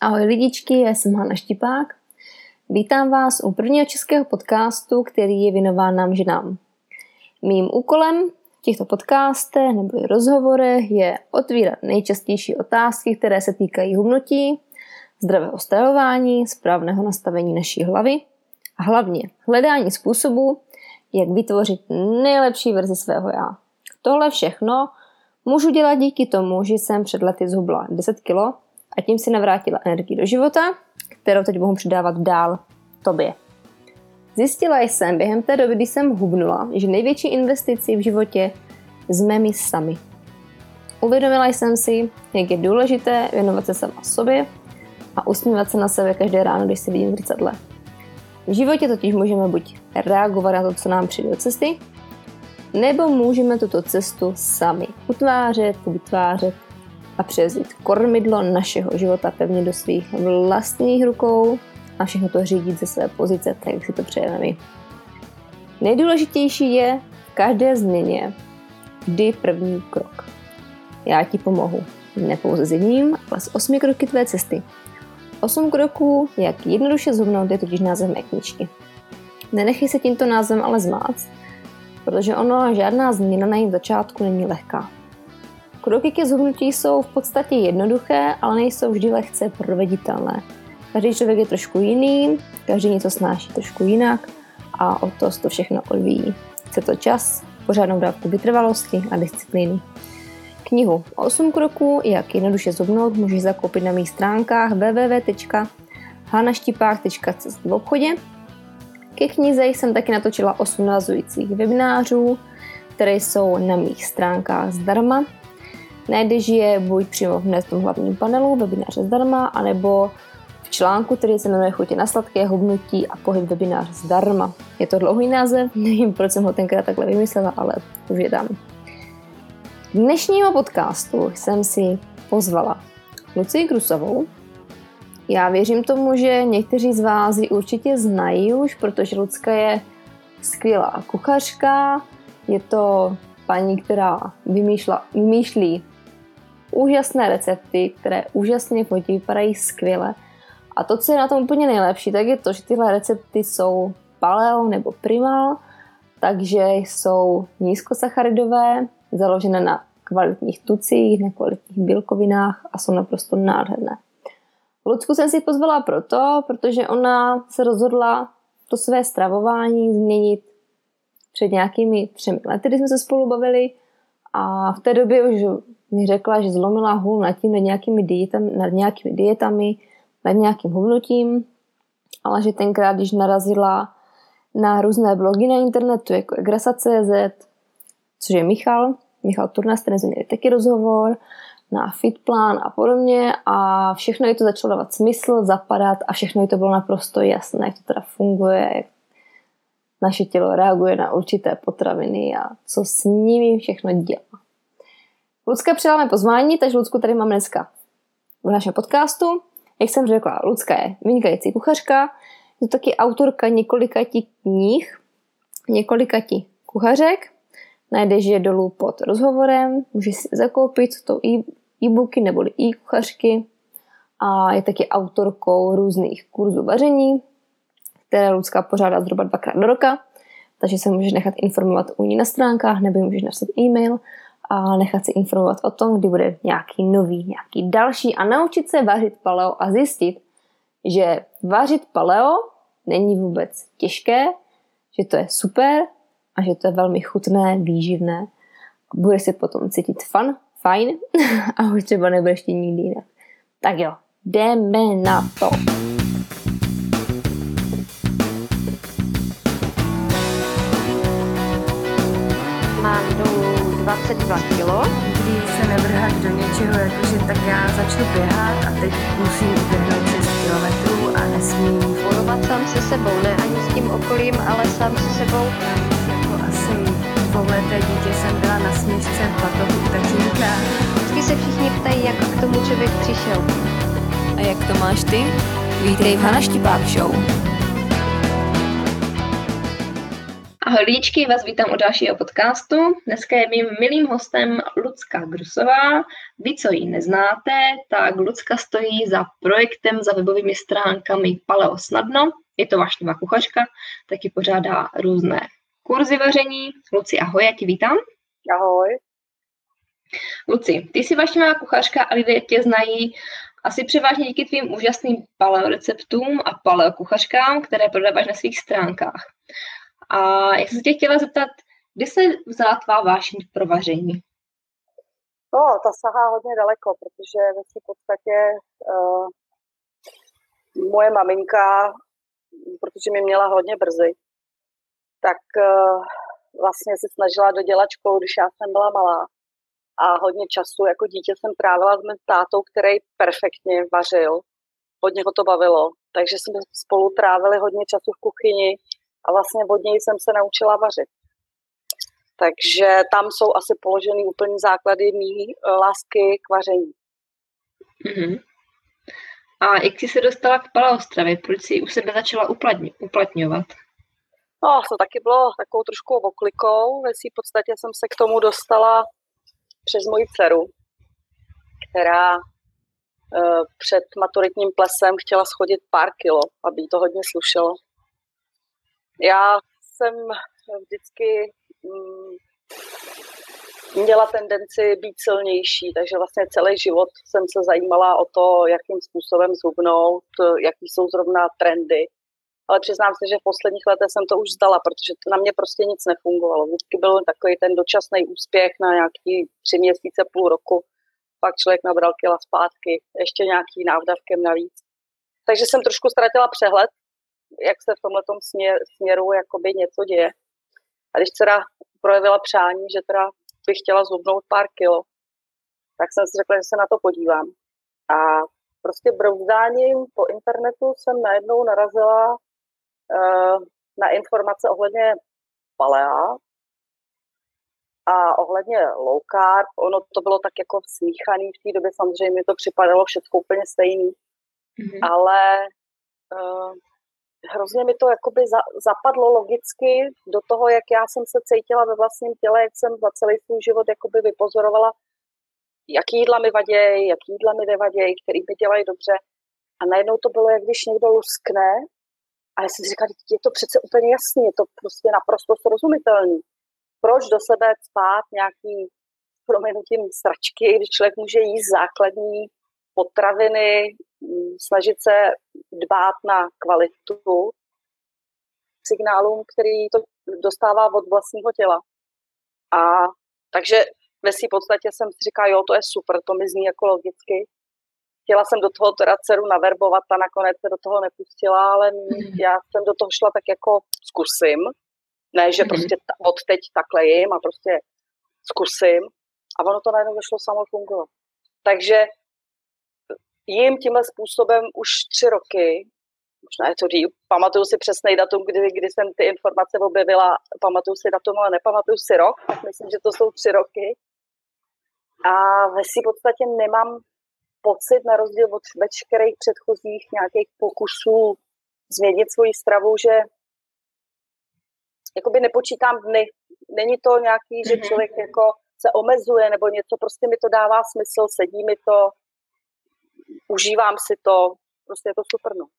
Ahoj lidičky, já jsem Hana Štipák. Vítám vás u prvního českého podcastu, který je věnován nám ženám. Mým úkolem v těchto podcastech nebo i rozhovorech je otvírat nejčastější otázky, které se týkají hubnutí, zdravého stravování, správného nastavení naší hlavy a hlavně hledání způsobu, jak vytvořit nejlepší verzi svého já. Tohle všechno můžu dělat díky tomu, že jsem před lety zhubla 10 kg a tím si navrátila energii do života, kterou teď mohu přidávat dál tobě. Zjistila jsem během té doby, kdy jsem hubnula, že největší investici v životě jsme my sami. Uvědomila jsem si, jak je důležité věnovat se sama sobě a usmívat se na sebe každé ráno, když se vidím v zrcadle. V životě totiž můžeme buď reagovat na to, co nám přijde do cesty, nebo můžeme tuto cestu sami utvářet, vytvářet a převzít kormidlo našeho života pevně do svých vlastních rukou a všechno to řídit ze své pozice, tak jak si to přejeme my. Nejdůležitější je v každé změně vždy první krok. Já ti pomohu. Ne pouze s jedním, ale s 8 kroky tvé cesty. 8 kroků, jak jednoduše zhubnout, je totiž název mé knížky. Nenechej se tímto názvem ale zmáct, protože žádná změna na jejím začátku není lehká. Kroky ke zhubnutí jsou v podstatě jednoduché, ale nejsou vždy lehce proveditelné. Každý člověk je trošku jiný, každý něco snáší trošku jinak a od toho se to všechno odvíjí. Chce to čas, pořádnou dávku vytrvalosti a disciplíny. Knihu 8 kroků, jak jednoduše zhubnout, můžeš zakoupit na mých stránkách www.hanaštipák.cz v obchodě. Ke knize jsem taky natočila 8 navazujících webinářů, které jsou na mých stránkách zdarma. Najdeš je buď přímo v tom hlavním panelu webináře zdarma, anebo v článku, který se jmenuje Chutě na sladké, hubnutí a pohyb webinář zdarma. Je to dlouhý název, nevím, proč jsem ho tenkrát takhle vymyslela, ale už je tam. K dnešnímu podcastu jsem si pozvala Lucii Krusovou. Já věřím tomu, že někteří z vás ji určitě znají už, protože Lucka je skvělá kuchařka, je to paní, která vymýšlí úžasné recepty, které úžasně chutí, vypadají skvěle. A to, co je na tom úplně nejlepší, tak je to, že tyhle recepty jsou paleo nebo primal, takže jsou nízkosacharidové, založené na kvalitních tucích, na kvalitních bílkovinách a jsou naprosto nádherné. Lucku jsem si pozvala protože ona se rozhodla to své stravování změnit před nějakými 3 lety, kdy jsme se spolu bavili a v té době už mi řekla, že zlomila hůl nad nějakými dietami, nad nějakým hubnutím, ale že tenkrát, když narazila na různé blogy na internetu, jako je Grasa.cz, což je Michal Turna, s kterým jsme měli taky rozhovor, na Fitplan a podobně a všechno jí to začalo dávat smysl, zapadat a všechno jí to bylo naprosto jasné, jak to teda funguje, jak naše tělo reaguje na určité potraviny a co s nimi všechno dělá. Lucka přidala mé pozvání, takže Lucku tady máme dneska v našem podcastu. Jak jsem řekla, Lucka je vynikající kuchařka, je to taky autorka několikati knih, několikati kuchařek. Najdeš je dolů pod rozhovorem, můžeš si zakoupit to e-booky neboli e-kuchařky a je taky autorkou různých kurzů vaření, které Lucka pořádá zhruba 2krát do roka, takže se můžeš nechat informovat u ní na stránkách nebo můžeš napsat e-mail a nechat si informovat o tom, kdy bude nějaký nový, nějaký další a naučit se vařit paleo a zjistit, že vařit paleo není vůbec těžké, že to je super a že to je velmi chutné, výživné. Bude si potom cítit fajn a už třeba nebudeš ti nikdy jinak. Tak jo, jdeme na to. Mám dolů 22 kg. Když se nevrhat do něčeho, jakože tak já začnu běhat a teď musím uběhnout 6 kilometrů a nesmím Bojovat sám se sebou, ne ani s tím okolím, ale sám se sebou. Jako asi 2leté dítě jsem byla na sněžce v batohu u tatínka. Vždycky se všichni ptají, jak k tomu člověk přišel. A jak to máš ty? Vítej v Hana Štipák Show. Ahoj lidičky, vás vítám u dalšího podcastu. Dneska je mým milým hostem Lucka Grusová. Vy, co ji neznáte, tak Lucka stojí za projektem, za webovými stránkami Paleo Snadno. Je to vášnivá kuchařka, taky pořádá různé kurzy vaření. Luci, ahoj, já ti vítám. Ahoj. Luci, ty jsi vášnivá kuchařka a lidé tě znají asi převážně díky tvým úžasným paleo receptům a paleo kuchařkám, které prodáváš na svých stránkách. A jak jsem se tě chtěla zeptat, kdy se vzala tvá vášeň pro vaření? No, ta sahá hodně daleko, protože v podstatě moje maminka, protože mě měla hodně brzy, tak vlastně se snažila dodělat školu, když já jsem byla malá. A hodně času jako dítě jsem trávila s mým tátou, který perfektně vařil. Hodně ho to bavilo, takže jsme spolu trávili hodně času v kuchyni a vlastně od něj jsem se naučila vařit. Takže tam jsou asi položeny úplný základy mý lásky k vaření. Mm-hmm. A jak jsi se dostala k paleostravě? Proč jsi u sebe začala uplatňovat? No, to taky bylo takovou trošku oklikou. Ve v podstatě jsem se k tomu dostala přes moji dceru, která před maturitním plesem chtěla schodit pár kilo, aby jí to hodně slušelo. Já jsem vždycky měla tendenci být silnější, takže vlastně celý život jsem se zajímala o to, jakým způsobem zhubnout, jaký jsou zrovna trendy. Ale přiznám se, že v posledních letech jsem to už vzdala, protože na mě prostě nic nefungovalo. Vždycky byl takový ten dočasný úspěch na nějaký 3 měsíce, půl roku. Pak člověk nabral kila zpátky, ještě nějaký návdavkem navíc. Takže jsem trošku ztratila přehled, jak se v tomhletom směru jakoby něco děje. A když dcera projevila přání, že teda bych chtěla zhubnout pár kilo, tak jsem si řekla, že se na to podívám. A prostě brouzdáním po internetu jsem najednou narazila na informace ohledně palea a ohledně low carb. Ono to bylo tak jako smíchaný v té době, samozřejmě mi to připadalo všechno úplně stejný, ale hrozně mi to jakoby zapadlo logicky do toho, jak já jsem se cítila ve vlastním těle, jak jsem za celý svůj život jakoby vypozorovala, jaký jídla mi vadějí, jaký jídla mi nevadějí, který mi dělají dobře. A najednou to bylo, jak když někdo luskne, a já jsem si říkala, je to přece úplně jasný, je to prostě naprosto srozumitelný. Proč do sebe spát nějaký, proměnutím sračky, když člověk může jíst základní potraviny, snažit se dbát na kvalitu signálům, který to dostává od vlastního těla. A takže ve své podstatě jsem si říkala, jo, to je super, to mi zní jako logicky. Chtěla jsem do toho teda dceru naverbovat a nakonec se do toho nepustila, ale já jsem do toho šla tak jako zkusím. Ne, že prostě od teď takhle jim a prostě zkusím. A ono to najednou vyšlo samo fungovat. Takže jim tímhle způsobem už 3 roky, možná je to díl, pamatuju si přesný datum, kdy jsem ty informace objevila, pamatuju si datum, ale nepamatuju si rok, tak myslím, že to jsou 3 roky. A ve v podstatě nemám pocit, na rozdíl od veškerých předchozích nějakých pokusů změnit svoji stravu, že jakoby nepočítám dny. Není to nějaký, že člověk jako se omezuje nebo něco, prostě mi to dává smysl, sedí mi to, užívám si to, prostě je to super, no.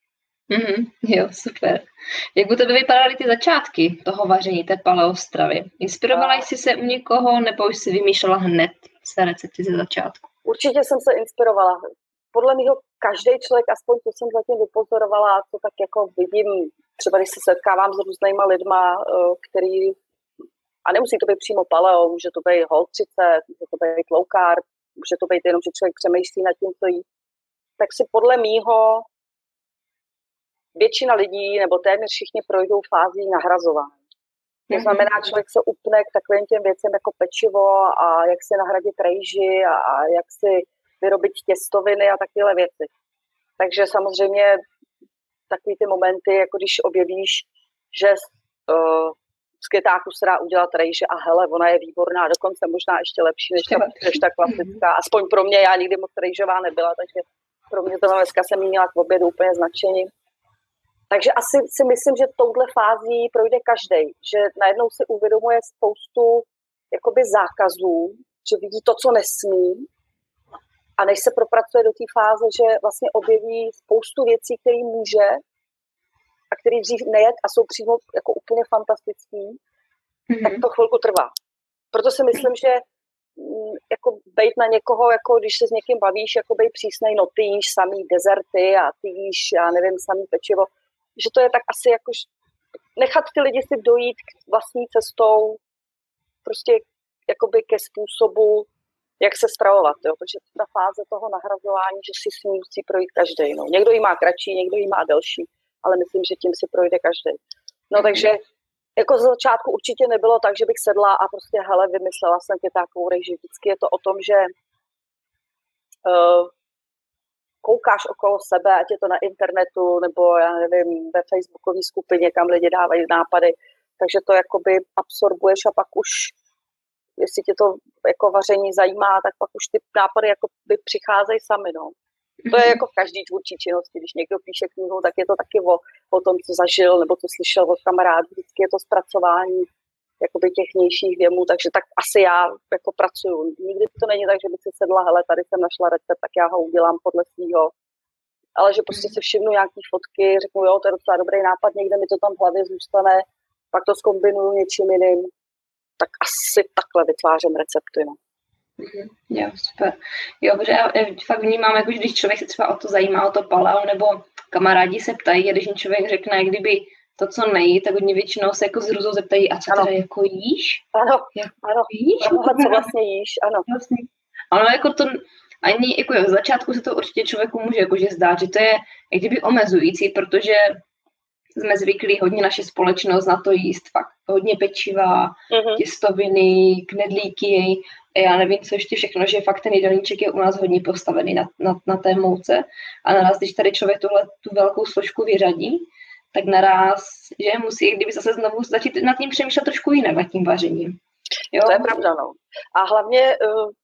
Jo, super. Jak u tebe vypadaly ty začátky toho vaření, té paleostravy? Inspirovala jsi se u někoho, nebo už si vymýšlela hned své recepty ze začátku? Určitě jsem se inspirovala. Podle mého každý člověk, aspoň to jsem zatím vypozorovala, co tak jako vidím, třeba když se setkávám s různýma lidma, který, a nemusí to být přímo paleo, může to být holčice, může to být low carb, může to být jenom, že člověk přemýšlí nad tím, co jí, tak si podle mýho většina lidí, nebo téměř všichni projdou fází nahrazování. To znamená, člověk se upne k takovým těm věcem jako pečivo a jak si nahradit rejži a jak si vyrobit těstoviny a takové věci. Takže samozřejmě takový ty momenty, jako když objevíš, že z kytáku se dá udělat rejže a hele, ona je výborná, dokonce možná ještě lepší než ta klasická. Aspoň pro mě, já nikdy moc rejžová nebyla, takže pro mě to dneska jsem jí měla k obědu úplně značení. Takže asi si myslím, že touhle fází projde každý, že najednou si uvědomuje spoustu jakoby zákazů, že vidí to, co nesmí, a než se propracuje do té fáze, že vlastně objeví spoustu věcí, které může a které dřív nejet a jsou přímo jako úplně fantastický, tak to chvilku trvá. Proto si myslím, že jako bejt na někoho, jako když se s někým bavíš, jako bejt přísnej, no ty jíš samý dezerty a ty jíš, já nevím, samý pečivo, že to je tak asi jako nechat ty lidi si dojít k vlastní cestou, prostě jakoby ke způsobu, jak se stravovat, jo? Protože ta fáze toho nahrazování, že si s ní musí projít každý. No. Někdo jí má kratší, někdo jí má delší, ale myslím, že tím si projde každý. No takže jako z začátku určitě nebylo tak, že bych sedla a prostě hele, vymyslela jsem kytákovou režii. Vždycky je to o tom, že koukáš okolo sebe, ať je to na internetu, nebo já nevím, ve facebookové skupině, kam lidi dávají nápady, takže to jakoby absorbuješ a pak už, jestli tě to jako vaření zajímá, tak pak už ty nápady jakoby přicházejí sami, no. To je jako v každý tvůrčí činnosti, když někdo píše knihu, tak je to taky o tom, co zažil, nebo co slyšel od kamarádů, vždycky je to zpracování jakoby těch vnějších věmů, takže tak asi já jako pracuju. Nikdy to není tak, že bych si sedla, hele, tady jsem našla recept, tak já ho udělám podle svýho. Ale že prostě si všimnu nějaký fotky, řeknu, jo, to je docela dobrý nápad, někde mi to tam v hlavě zůstane, pak to zkombinuju něčím jiným, tak asi takhle vytvářím recepty, no. Jo, super. Jo, protože já fakt vnímám, jako, že když člověk se třeba o to zajímá, o to paleo, nebo kamarádi se ptají, a když mi člověk řekne, kdyby to, co nejí, tak oni většinou se jako s hrůzou zeptají, a co teda jako jíš? Ano, jako ano, jíš? Ano, co vlastně jíš, ano. Vlastně. Ano, jako to ani, jako jo, z začátku se to určitě člověku může jakože zdát, že to je jak kdyby omezující, protože jsme zvyklí hodně naše společnost na to jíst fakt hodně pečiva, těstoviny, knedlíky, já nevím, co ještě všechno, že fakt ten jídelníček je u nás hodně postavený na té mouce a naraz, když tady člověk tu velkou složku vyřadí, tak naraz, že musí kdyby zase znovu začít nad tím přemýšlet trošku jinak, nad tím vařením. Jo? To je pravda, no. A hlavně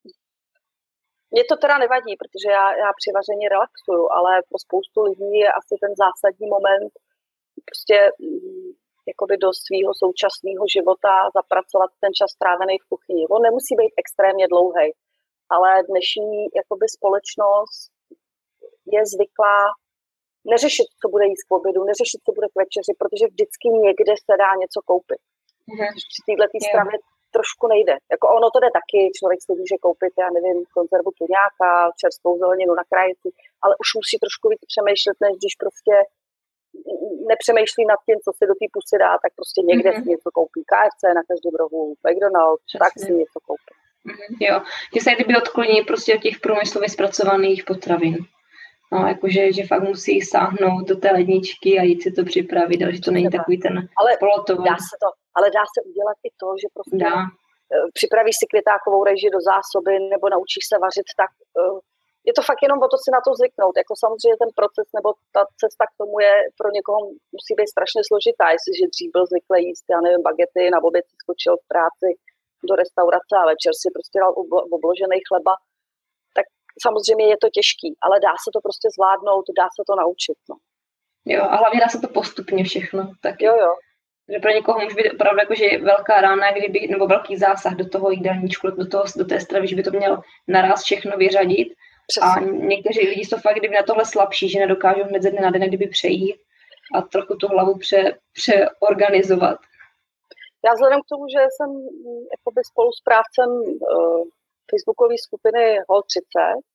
mě to teda nevadí, protože já při vaření relaxuju, ale pro spoustu lidí je asi ten zásadní moment prostě jakoby do svého současného života zapracovat ten čas strávený v kuchyni. On nemusí být extrémně dlouhý, ale dnešní jakoby společnost je zvyklá neřešit, co bude jíst k obědu, neřešit, co bude k večeři, protože vždycky někde se dá něco koupit. Při této stravě trošku nejde. Jako ono to jde taky, člověk si může koupit, já nevím, konzervu tuňáka, čerstvou zeleninu na krajici, ale už musí trošku víc přemýšlet, než když prostě nepřemýšlí nad tím, co si do té pusy dá, tak prostě někde si něco koupí. KFC na každém rohu, McDonald's, tak si něco koupí. Jo, že se kdyby odkloní prostě od těch průmyslově zpracovaných potravin. No, jakože že fakt musí sáhnout do té ledničky a jít si to připravit, ale že to není takový ten polotový. Ale dá se udělat i to, že prostě připravíš si květákovou režii do zásoby nebo naučíš se vařit tak. Je to fakt jenom o to si na to zvyknout. Jako samozřejmě ten proces nebo ta cesta k tomu je pro někoho musí být strašně složitá. Jestliže dřív byl zvyklý jíst, já nevím, bagety, na oběd si skočil v práci do restaurace a večer si prostě dal obložený chleba, tak samozřejmě je to těžký, ale dá se to prostě zvládnout, dá se to naučit. No. Jo, a hlavně dá se to postupně všechno. Taky. Jo. Že pro někoho může být opravdu jakože velká rána, nebo velký zásah do toho jídelníčku, do té stravy, že by to měl naraz všechno vyřadit. Přesně. A někteří lidi jsou fakt, kdyby na tohle slabší, že nedokážou hned ze dne na den, kdyby přejít a trochu tu hlavu přeorganizovat. Já vzhledem k tomu, že jsem jakoby spolusprávcem facebookové skupiny Hol30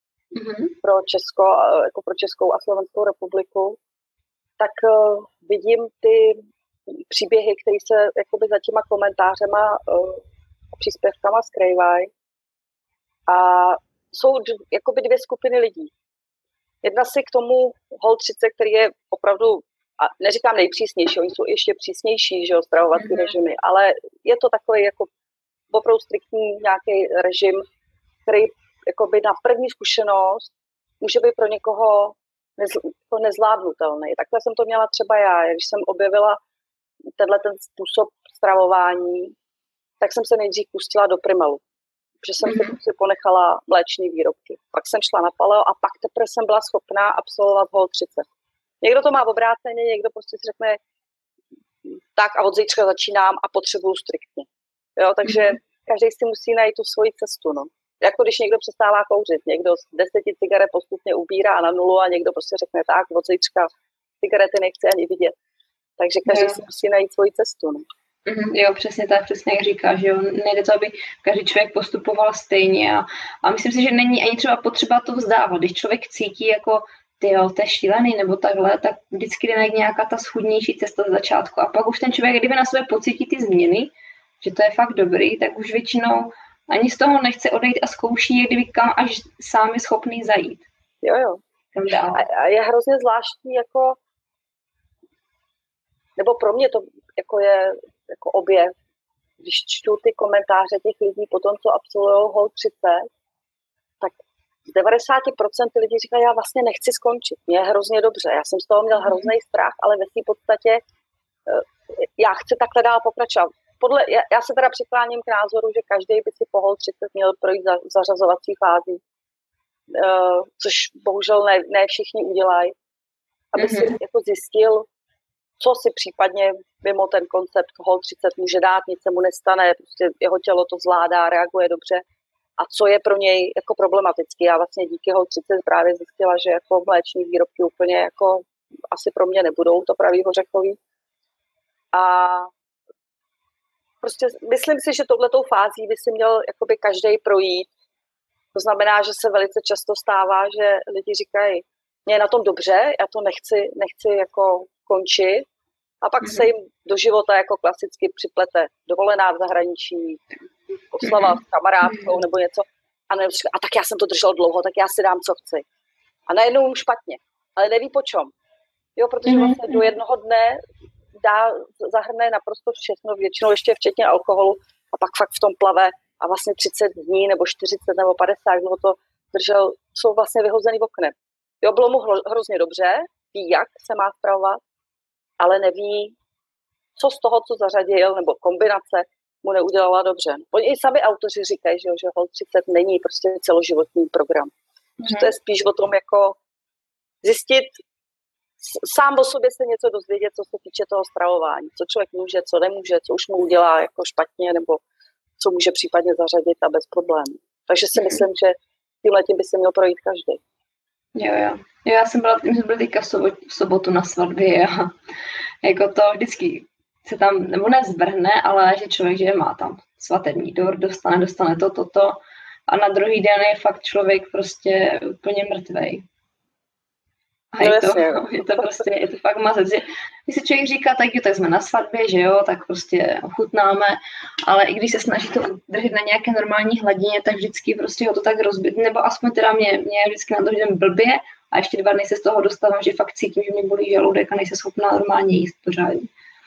pro Českou a Slovenskou republiku, tak vidím ty příběhy, které se jakoby za těma komentářema příspěvkama skrývají. A jsou jakoby dvě skupiny lidí. Jedna si k tomu Hol30, který je opravdu, a neříkám nejpřísnější, oni jsou ještě přísnější, že jo, stravovací režimy, ale je to takový jako opravdu striktní nějaký režim, který jakoby na první zkušenost může být pro někoho nezvládnutelný. Takhle jsem to měla třeba já, když jsem objevila ten způsob stravování, tak jsem se nejdřív pustila do Primelu, protože jsem si ponechala mléčné výrobky. Pak jsem šla na paleo a pak teprve jsem byla schopná absolvovat Hol30. Někdo to má obráceně, někdo prostě si řekne tak a od zítřka začínám a potřebuju striktně. Jo, takže každý si musí najít tu svoji cestu, no. Jako když někdo přestává kouřit, někdo z 10 cigaret postupně ubírá na 0 a někdo prostě řekne tak, od zítřka cigarety nechce ani vidět. Takže každý si musí najít svoji cestu, no. Jo, přesně tak, přesně jak říkáš, že jo, nejde to, aby každý člověk postupoval stejně a myslím si, že není ani třeba potřeba to vzdávat, když člověk cítí jako tyjo, to je šílený nebo takhle, tak vždycky jde najít nějaká ta schůdnější cesta z začátku a pak už ten člověk, kdyby na sebe pocítí ty změny, že to je fakt dobrý, tak už většinou ani z toho nechce odejít a zkouší je, kdyby kam až sám je schopný zajít. Jo. A je hrozně zvláštní, jako, nebo pro mě to jako je jako objev, když čtu ty komentáře těch lidí po tom, co absolvujou Hol 30, tak z 90% lidí říkají, já vlastně nechci skončit, mě je hrozně dobře, já jsem z toho měl hrozný strach, ale ve své podstatě já chci takhle dál pokračovat. Já se teda přikláním k názoru, že každý by si po Hol 30 měl projít zařazovací fází, což bohužel ne všichni udělají, aby si jako zjistil, co si případně mimo ten koncept Hol 30 může dát, nic se mu nestane, prostě jeho tělo to zvládá, reaguje dobře. A co je pro něj jako problematický. Já vlastně díky Hol 30 právě zjistila, že jako mléční výrobky úplně jako asi pro mě nebudou to pravý hořechový. A prostě myslím si, že touhletou fází by si měl jakoby každý projít. To znamená, že se velice často stává, že lidi říkají, mě je na tom dobře, já to nechci jako končit. A pak se jim do života jako klasicky připlete dovolená v zahraničí, oslava s kamarádkou nebo něco. A tak já jsem to držel dlouho, tak já si dám, co chci. A najednou mu špatně, ale neví po čem. Jo, protože vlastně do jednoho dne zahrne naprosto všechno, většinou ještě včetně alkoholu a pak fakt v tom plave a vlastně 30 dní nebo 40 nebo 50 dlouho to držel, jsou vlastně vyhozený oknem. Jo, bylo mu hrozně dobře, ví, jak se má spravovat, ale neví, co z toho, co zařadil, nebo kombinace mu neudělala dobře. Oni i sami autoři říkají, že Hol 30 není prostě celoživotní program. Že to je spíš o tom, jako zjistit, sám o sobě se něco dozvědět, co se týče toho stravování. Co člověk může, co nemůže, co už mu udělá jako špatně, nebo co může případně zařadit a bez problémů. Takže si myslím, že tímhletím by se měl projít každý. Jo, já jsem byla teďka v sobotu na svatbě a jako to vždycky se tam, nebo nezvrhne, ale že člověk, že má tam svatební dort, dostane toto a na druhý den je fakt člověk prostě úplně mrtvej. A je to fakt mazec. Když se člověk říká, tak jsme na svatbě, že jo, tak prostě ochutnáme, ale i když se snaží to udržet na nějaké normální hladině, tak vždycky prostě ho to tak rozbít, nebo aspoň teda mě vždycky na druhý den blbě a ještě 2 dny se z toho dostávám, že fakt cítím, že mě bolí žaludek a nejsem schopná normálně jíst pořádně.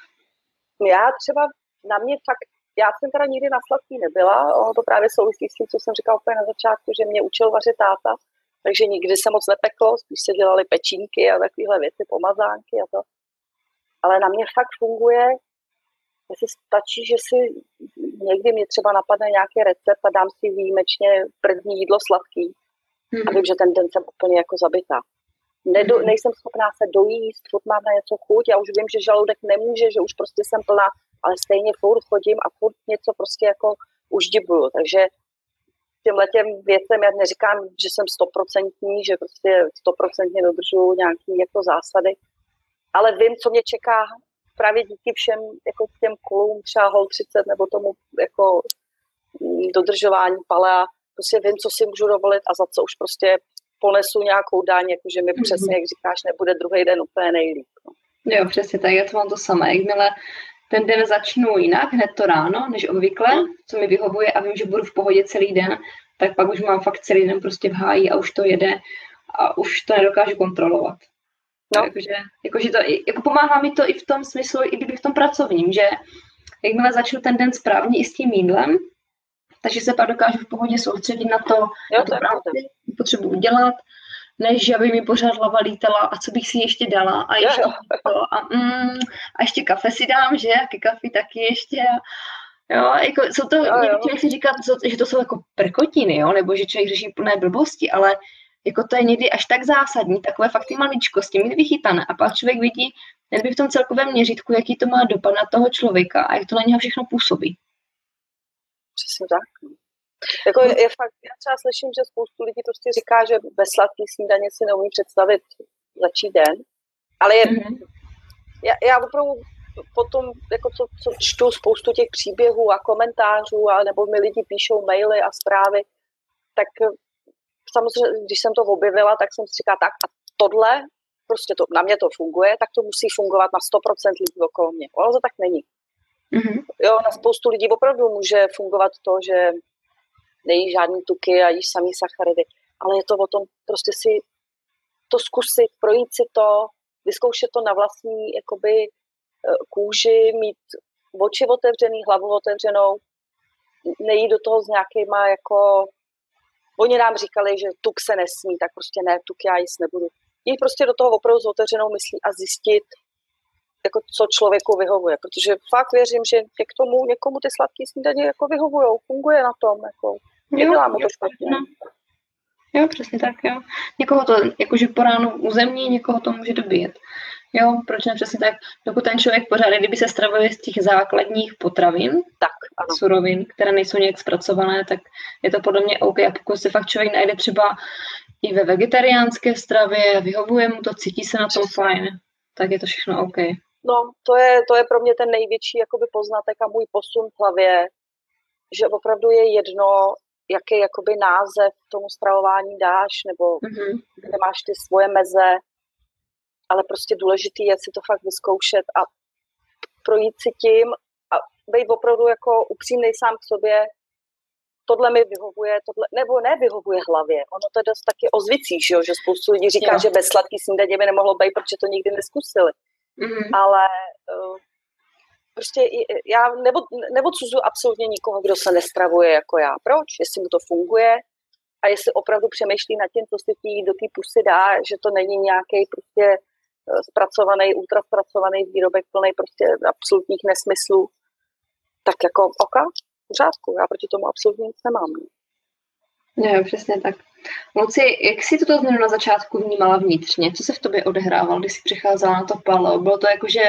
Já třeba na mě fakt, já jsem teda nikdy na sladký nebyla, ono to právě souvisí s tím, co jsem říkala úplně na začátku, že mě učil vařit táta, takže nikdy se moc nepeklo, spíš se dělaly pečínky a takovéhle věci, pomazánky a to. Ale na mě fakt funguje, jestli stačí, že si někdy mě třeba napadne nějaký recept a dám si výjimečně první jídlo sladký. A vím, že ten den jsem úplně jako zabitá. Nejsem schopná se dojíst, furt mám na něco chuť, já už vím, že žaludek nemůže, že už prostě jsem plná, ale stejně furt chodím a furt něco prostě jako uždibuju. Takže těmhletěm věcem já neříkám, že jsem 100%, že prostě 100% dodržuju nějaký jako zásady, ale vím, co mě čeká právě díky všem jako těm kolům, třeba Hol 30 nebo tomu jako dodržování palea, prostě vím, co si můžu dovolit a za co už prostě ponesu nějakou daň, jakože mi přesně, jak říkáš, nebude druhý den úplně nejlíp. No. Jo, přesně tak, já to mám to samé. Jakmile ten den začnu jinak, hned to ráno, než obvykle, co mi vyhovuje a vím, že budu v pohodě celý den, tak pak už mám fakt celý den prostě v háji a už to jede a už to nedokážu kontrolovat. No. Jakože to, jako pomáhá mi to i v tom smyslu, i kdyby v tom pracovním, že jakmile začnu ten den správně i s tím jídlem, takže se pak dokážu v pohodě soustředit na to práci, potřebuji udělat, než aby mi pořád hlava lítala a co bych si ještě dala a ještě a ještě kafe si dám, že? Ke kafi taky ještě. Jo, jako jsou to, někdy člověk si říká, že to jsou jako prkotiny, jo? Nebo že člověk řeší plné blbosti, ale jako to je někdy až tak zásadní, takové fakt ty maličkosti mít vychytané a pak člověk vidí v tom celkovém měřítku, jaký to má dopad na toho člověka a jak to na něho všechno působí. Přesně tak. Jako je fakt, já třeba slyším, že spoustu lidí prostě říká, že bez sladký snídaně si neumí představit začít den, ale já opravdu potom, jako co čtu spoustu těch příběhů a komentářů, nebo mi lidi píšou maily a zprávy, tak samozřejmě, když jsem to objevila, tak jsem si říkala, tak a tohle, prostě to, na mě to funguje, tak to musí fungovat na 100% lidí okolo mě. Ale to tak není. Jo, na spoustu lidí opravdu může fungovat to, že nejí žádný tuky a jíš samý sacharidy, ale je to o tom prostě si to zkusit, projít si to, vyzkoušet to na vlastní jakoby kůži, mít oči otevřený, hlavu otevřenou, nejít do toho s nějakýma jako... Oni nám říkali, že tuk se nesmí, tak prostě ne, tuk já jíst nebudu. Jít prostě do toho opravdu s otevřenou myslí a zjistit, jako co člověku vyhovuje, protože fakt věřím, že někomu ty sladký snídaně jako vyhovujou, funguje na tom, jako nedělá mu to špatně. Jo, přesně tak, jo. Někoho to jakože po ránu uzemní, někoho to může dobíjet. Jo, proč ne přesně tak, dokud ten člověk pořád, kdyby se stravuje z těch základních potravin, tak, ano. Surovin, které nejsou nějak zpracované, tak je to podle mě OK. A pokud se fakt člověk najde třeba i ve vegetariánské stravě, vyhovuje mu to, cítí se na tom fajn, tak je to všechno OK. No, to je pro mě ten největší jakoby poznatek a můj posun v hlavě, že opravdu je jedno, jaký jakoby název tomu stravování dáš, nebo kde máš ty svoje meze, ale prostě důležitý je si to fakt vyzkoušet a projít si tím a být opravdu jako upřímnej sám k sobě. Tohle mi vyhovuje, nebo nevyhovuje hlavě. Ono to je dost taky o zvicích, že spoustu lidí říká, že bez sladký snídaně by nemohlo být, protože to nikdy neskusili. Ale prostě já neodsuzuji absolutně nikoho, kdo se nestravuje jako já. Proč? Jestli mu to funguje a jestli opravdu přemýšlí nad tím, co si do té pusy dá, že to není nějaký prostě zpracovaný, ultraspracovaný výrobek plný prostě absolutních nesmyslů, tak jako v řádku, já proti tomu absolutně nic nemám. Jo, přesně tak. Luci, jak jsi tuto změnu na začátku vnímala vnitřně? Co se v tobě odehrávalo, když jsi přicházela na to paleo? Bylo to jakože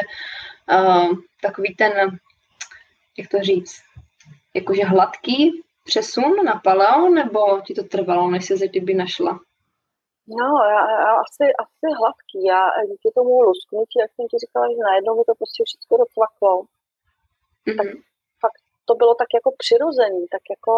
takový ten, jak to říct, jakože hladký přesun na paleo, nebo ti to trvalo, než se kdyby našla? No, já asi hladký. Já díky tomu lusknutí, jak jsem ti říkala, že najednou mi to prostě všechno docvaklo. Tak fakt to bylo tak jako přirozený, tak jako...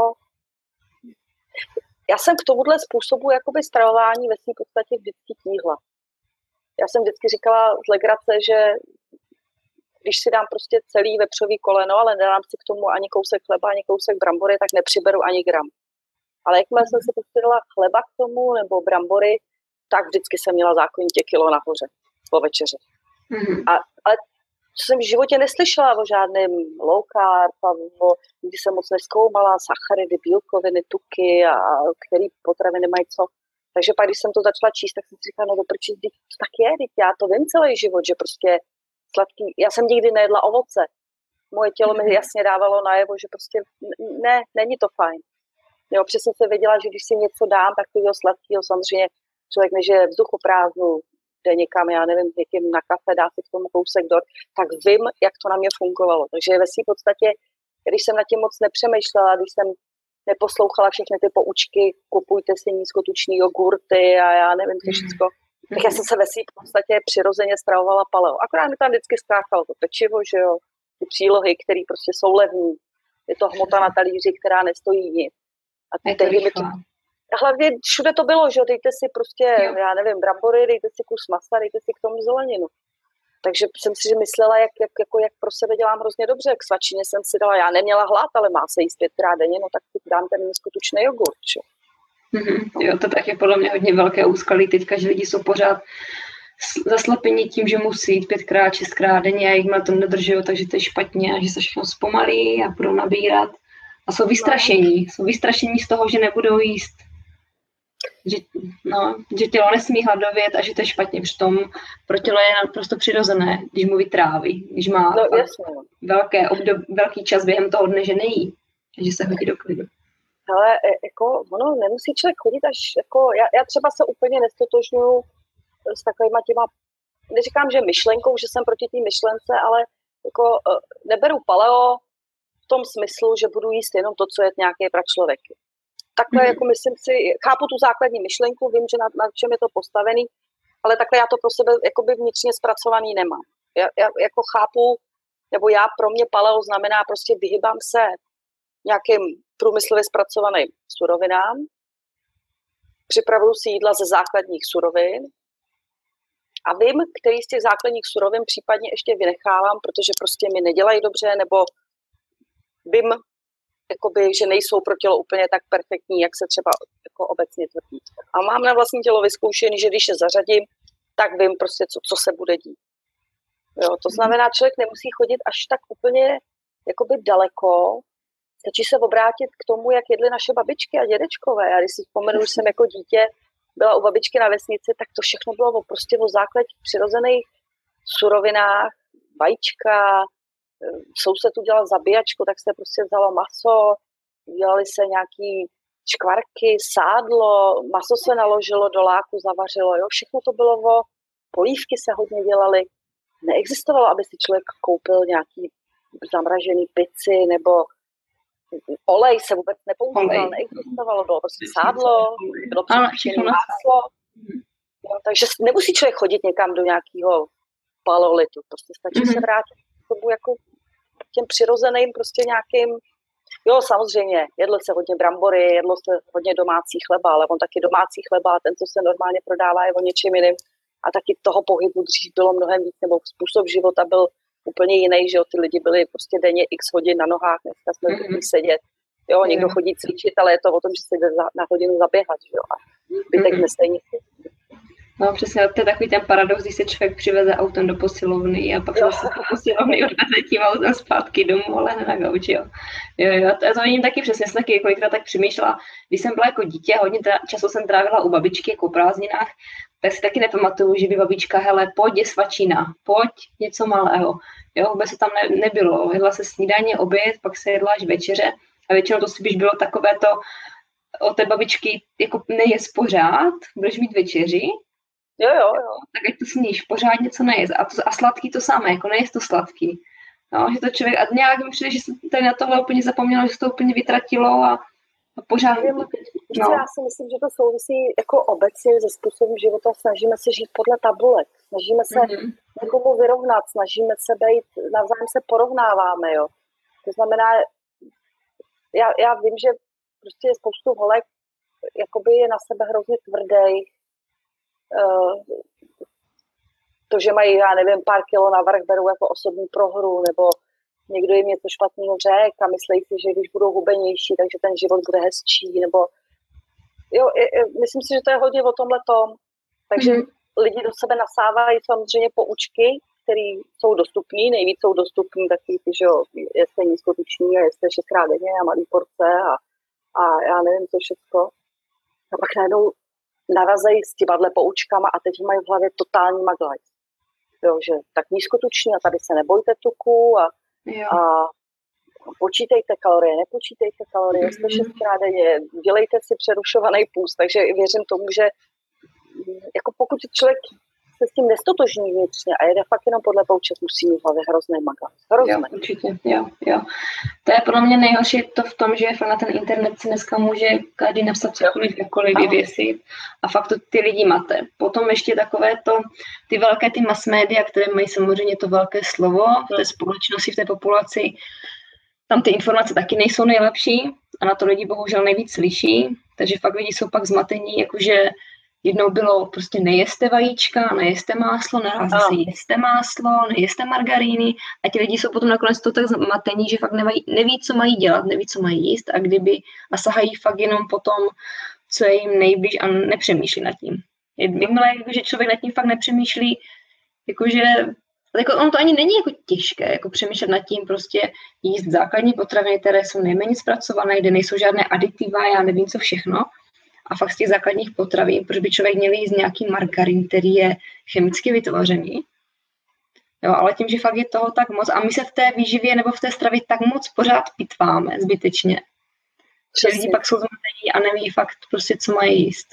Já jsem k tomuhle způsobu jakoby stravování ve svým podstatě vždycky tíhla. Já jsem vždycky říkala z legrace, že když si dám prostě celý vepřový koleno, ale nedám si k tomu ani kousek chleba, ani kousek brambory, tak nepřiberu ani gram. Ale jakmile jsem si postřela chleba k tomu nebo brambory, tak vždycky jsem měla zákonitě kilo nahoře po večeři. Ale co jsem v životě neslyšela o žádném low carb, nikdy jsem moc nezkoumala sacharidy, bílkoviny, tuky a který potraviny mají co. Takže pak, když jsem to začala číst, tak jsem si říkala, no doprči, tak je, já to vím celý život, že prostě sladký, já jsem nikdy nejedla ovoce. Moje tělo mi jasně dávalo najevo, že prostě ne, není to fajn. Jo, přesně jsem věděla, že když si něco dám, tak to je sladkýho, samozřejmě člověk nežije vzduchoprázdnu, jde někam, já nevím, někým na kafe, dá si k tomu kousek dort, tak vím, jak to na mě fungovalo. Takže ve svým podstatě, když jsem nad tím moc nepřemýšlela, když jsem neposlouchala všechny ty poučky, kupujte si nízkotučný jogurty a já nevím, co všechno, tak já jsem se ve svým podstatě přirozeně stravovala paleo. Akorát mi tam vždycky skákalo to pečivo, že jo, ty přílohy, které prostě jsou levný. Je to hmota na talíři, která nestojí nic. A tehdy mi to... A hlavně všude to bylo, že dejte si prostě, já nevím, brambory, dejte si kus masa, dejte si k tomu zeleninu. Takže jsem si myslela, jak pro sebe dělám hrozně dobře. K svačině jsem si dala, já neměla hlad, ale má se jíst 5krát denně, no tak si dám ten nízkotučný jogurt. Jo, to tak je podle mě hodně velké úskalí teďka, že lidi jsou pořád zaslepení tím, že musí jít 5krát, 6krát denně a jich to nedržují, takže to je špatně a že se všechno zpomalí a budou nabírat. A jsou vystrašení z toho, že nebudou jíst. Že tělo nesmí hladovět a že to je špatně. Přitom pro tělo je naprosto přirozené, když mu vytráví, když má velký čas během toho dne, že nejí, že se hodí do klidu. hele, jako ono nemusí člověk chodit až, jako já třeba se úplně nestotožňuju s takovýma těma, neříkám, že myšlenkou, že jsem proti té myšlence, ale jako neberu paleo v tom smyslu, že budu jíst jenom to, co je nějaký pračlověk. Takhle jako myslím si, chápu tu základní myšlenku, vím, že na čem je to postavený, ale takhle já to pro sebe jakoby vnitřně zpracovaný nemám. Já jako chápu, nebo pro mě paleo znamená prostě vyhybám se nějakým průmyslově zpracovaným surovinám, připravuju si jídla ze základních surovin a vím, který z těch základních surovin případně ještě vynechávám, protože prostě mi nedělají dobře, nebo vím, jakoby, že nejsou pro tělo úplně tak perfektní, jak se třeba jako obecně tvrdí. A mám na vlastní tělo vyzkoušený, že když je zařadím, tak vím prostě, co se bude dít. Jo, to znamená, člověk nemusí chodit až tak úplně jakoby daleko, stačí se obrátit k tomu, jak jedly naše babičky a dědečkové. Já když si vzpomenu, že jsem jako dítě byla u babičky na vesnici, tak to všechno bylo prostě o základě přirozených surovinách, vajíčka, soused udělal zabíjačku, tak se prostě vzalo maso, dělali se nějaký škvarky, sádlo, maso se naložilo do láku, zavařilo, jo, všechno to bylo polívky se hodně dělaly. Neexistovalo, aby si člověk koupil nějaký zamražený pici nebo olej se vůbec nepoužíval, neexistovalo, bylo prostě sádlo, bylo připíšené máslo. No, takže nemusí člověk chodit někam do nějakého paleolitu, prostě stačí se vrátit k tomu jako těm přirozeným prostě nějakým, jo samozřejmě, jedlo se hodně brambory, jedlo se hodně domácí chleba, ale on taky domácí chleba, ten, co se normálně prodává, je o něčem jiným a taky toho pohybu dřív bylo mnohem víc, nebo způsob života byl úplně jiný, že jo, ty lidi byli prostě denně x hodin na nohách, dneska jsme zvyklí sedět, jo, někdo chodí cvičit, ale je to o tom, že se jde na hodinu zaběhat, že jo, a zbytek nestejně. No přesně, to je takový ten paradox, když se člověk přiveze autem do posilovny a pak zase do posilovny odveze tím autem zpátky domů, ale ne na gauč, jo. Já to vidím taky přesně, jsem taky kolikrát tak přemýšlela, když jsem byla jako dítě, hodně času jsem trávila u babičky jako o prázdninách, tak si taky nepamatuju, že by babička, hele, pojď je svačina, pojď něco malého. Jo, vůbec se tam nebylo, jedla se snídaně, oběd, pak se jedla až večeře a většinou to spíš bylo takové to od té babičky, jako nejez pořád, budeš mít večeři, Jo. Tak ať to sníš, pořád něco nejez. A sladký to samé, jako nejez to sladký. No, že to člověk, a nějak mi přijde, že se tady na tohle úplně zapomnělo, že se to úplně vytratilo a pořád. No. Já si myslím, že to souvisí jako obecně se způsobem života. Snažíme se žít podle tabulek, snažíme se někomu vyrovnat, snažíme se být, navzájem se porovnáváme, jo. To znamená, já vím, že prostě je spoustu holek, jakoby je na sebe hrozně tvrdý. To, že mají, já nevím, pár kilo navrch, berou jako osobní prohru, nebo někdo jim něco špatného řek a myslí si, že když budou hubenější, takže ten život bude hezčí, nebo jo, myslím si, že to je hodně o tomhletom. Takže lidi do sebe nasávají samozřejmě poučky, které jsou dostupné, nejvíc jsou dostupné taky, že jo, jste nízkotuční a jste 6x denně a malý porce a já nevím, co všechno. A pak najednou narazejí s těma poučkama a teď mají v hlavě totální maglaj. Jo, že tak nízkotuční a tady se nebojte tuku a počítejte kalorie, nepočítejte kalorie, jste 6x denně, dělejte si přerušovaný půst, takže věřím tomu, že jako pokud člověk se s tím nestotožní vnitřně a jede fakt jenom podle pouček, musí mít v hlavě hrozný maglaj. Jo, určitě, jo. To je podle mě nejhorší to v tom, že na ten internet si dneska může každý napsat cokoliv, jakkoliv vyvěsit a fakt to ty lidi mate. Potom ještě takové to, ty velké ty mass media, které mají samozřejmě to velké slovo v té společnosti, v té populaci, tam ty informace taky nejsou nejlepší a na to lidi bohužel nejvíc slyší, takže fakt lidi jsou pak zmatení, jakože jednou bylo prostě nejeste vajíčka, nejeste máslo, naraz zase jeste máslo, nejeste margaríny a ti lidi jsou potom nakonec to tak zmatení, že fakt neví, co mají dělat, neví, co mají jíst a sahají fakt jenom potom, co je jim nejblíž a nepřemýšlí nad tím. Jakmile, že člověk nad tím fakt nepřemýšlí, jakože jako ono to ani není jako těžké, jako přemýšlet nad tím, prostě jíst základní potraviny, které jsou nejméně zpracované, kde nejsou žádné aditiva, já nevím co všechno. A fakt z těch základních potravin, protože by člověk měl jíst nějaký margarin, který je chemicky vytvořený. Jo, ale tím, že fakt je toho tak moc a my se v té výživě nebo v té stravě tak moc pořád pitváme zbytečně. Že lidi pak jsou zmatení a neví fakt prostě, co mají jíst.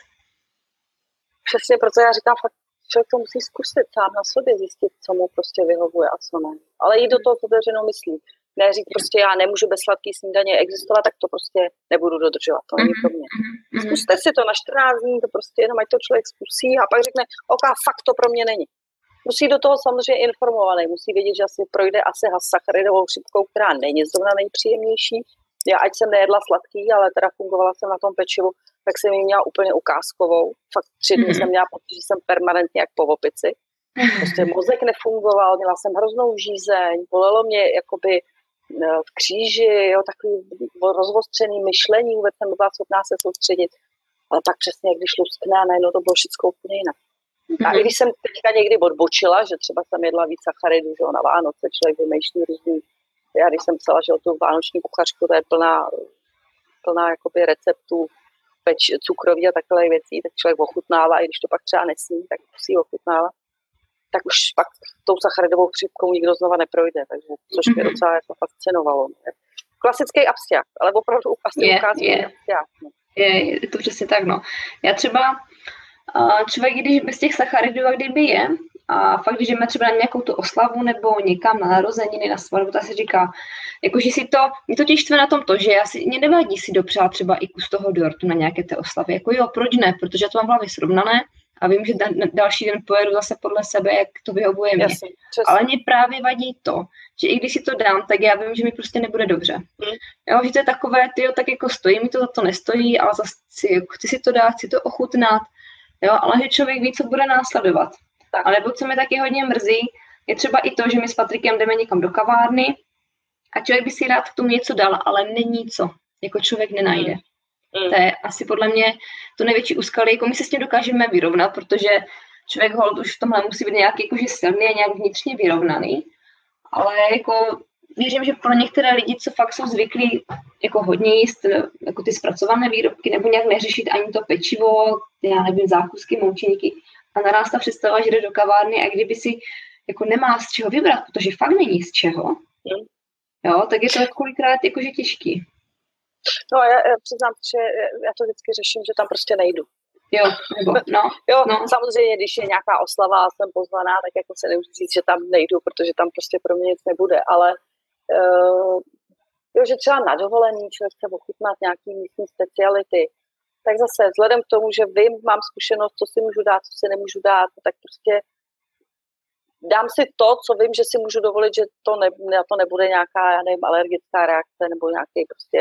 Přesně, proto já říkám, fakt člověk to musí zkusit sám na sobě zjistit, co mu prostě vyhovuje a co ne. Ale jít do toho s otevřenou myslí. Ne říct prostě, já nemůžu bez sladký snídaně existovat, tak to prostě nebudu dodržovat. To není pro mě. Zkuste si to na 14 dní, to prostě jenom ať to člověk zkusí a pak řekne, ok, fakt to pro mě není. Musí do toho samozřejmě informovaný, musí vědět, že asi projde asi sacharidovou chřipkou, která není zrovna nejpříjemnější. Já ať jsem nejedla sladký, ale teda fungovala jsem na tom pečivu, tak jsem ji měla úplně ukázkovou. Fakt 3 dny jsem měla pocit, že jsem permanentně jak po opici. Prostě mozek nefungoval, měla jsem hroznou žízeň, bolelo mě jakoby v kříži, jo, takový rozvostřený myšlení, vůbec jsem byla schopná se soustředit. Ale tak přesně, když luskne a najednou to bylo všechno úplně jinak. A i když jsem teďka někdy odbočila, že třeba jsem jedla víc sacharidů, že na Vánoce člověk vymýšlí různý. Já když jsem psala, že o tu vánoční kuchařku, to je plná jakoby receptů cukroví a takové věcí, tak člověk ochutnává, i když to pak třeba nesní, tak musí ochutnávat. Tak už pak tou sacharidovou chřipkou nikdo znova neprojde, takže což mě docela jako fascinovalo. Klasický abstiak, ale opravdu asi ukázky abstiak. Je to přesně tak, no. Já třeba člověk, když bez těch sacharidů a kdyby je, a fakt, když jdeme třeba na nějakou tu oslavu nebo někam na narozeniny, na svatbu, tak se říká, jakože si to, mě to štve na tom to, že mě nevadí si dopřát třeba i kus toho dortu na nějaké té oslavy. Jako jo, proč ne? Protože to mám v hlavě srovnané a vím, že další den pojedu zase podle sebe, jak to vyhovuje mě. Jasně, ale mě právě vadí to, že i když si to dám, tak já vím, že mi prostě nebude dobře. Jo, že to je takové, tak jako stojí, mi to za to nestojí, ale zase chci si to dát, chci to ochutnat, jo, ale že člověk ví, co bude následovat. Tak. A nebo co mě taky hodně mrzí, je třeba i to, že my s Patrikem jdeme někam do kavárny a člověk by si rád k tomu něco dal, ale není co. Jako člověk nenajde. To je asi podle mě to největší úskalí, jako my se s tím dokážeme vyrovnat, protože člověk holt už v tomhle musí být nějaký jakože silný a nějak vnitřně vyrovnaný. Ale jako věřím, že pro některé lidi, co fakt jsou zvyklí jako hodně jíst jako ty zpracované výrobky nebo nějak neřešit ani to pečivo, já nevím, zákusky, moučeníky, a naraz ta představa, že jde do kavárny a kdyby si jako nemá z čeho vybrat, protože fakt není z čeho, jo, tak je to kolikrát jakože těžký. No já přiznám, že já to vždycky řeším, že tam prostě nejdu. Jo, nebo, no. Samozřejmě, když je nějaká oslava a jsem pozvaná, tak jako se nemůžu říct, že tam nejdu, protože tam prostě pro mě nic nebude, ale jo, že třeba na dovolení člověk chce ochutnat nějaký místní speciality, tak zase vzhledem k tomu, že vím, mám zkušenost, co si můžu dát, co si nemůžu dát, tak prostě dám si to, co vím, že si můžu dovolit, že to nebude nějaká, já nevím, alergická reakce nebo nějaký prostě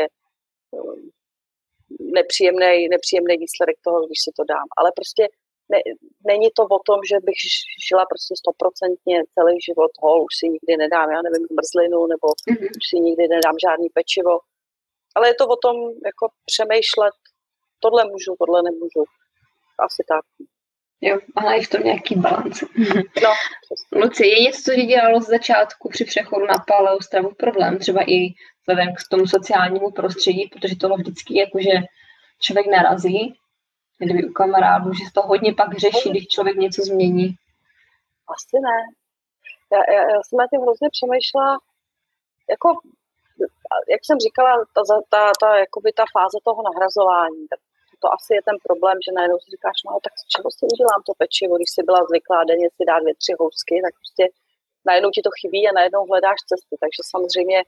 nepříjemný výsledek toho, když si to dám. Ale prostě není to o tom, že bych žila prostě 100% celý život už si nikdy nedám, já nevím, mrzlinu, nebo už si nikdy nedám žádný pečivo. Ale je to o tom, jako přemýšlet, tohle můžu, tohle nemůžu. Asi tak. Jo, ale je v tom nějaký balans. No. Luci, je něco, co ti dělalo z začátku při přechodu na paleo stravu problém? Třeba i vzhledem k tomu sociálnímu prostředí, protože tohle vždycky jakože člověk narazí, kdyby u kamarádů, že se to hodně pak řeší, když člověk něco změní. Asi ne. Já jsem na tím hrozně přemýšlela, jako, jak jsem říkala, ta fáze toho nahrazování, tak to asi je ten problém, že najednou si říkáš, no tak z čeho si udělám to pečivo, když si byla zvyklá denně si dát 2-3 housky, tak prostě najednou ti to chybí a najednou hledáš cestu. Takže samozřejmě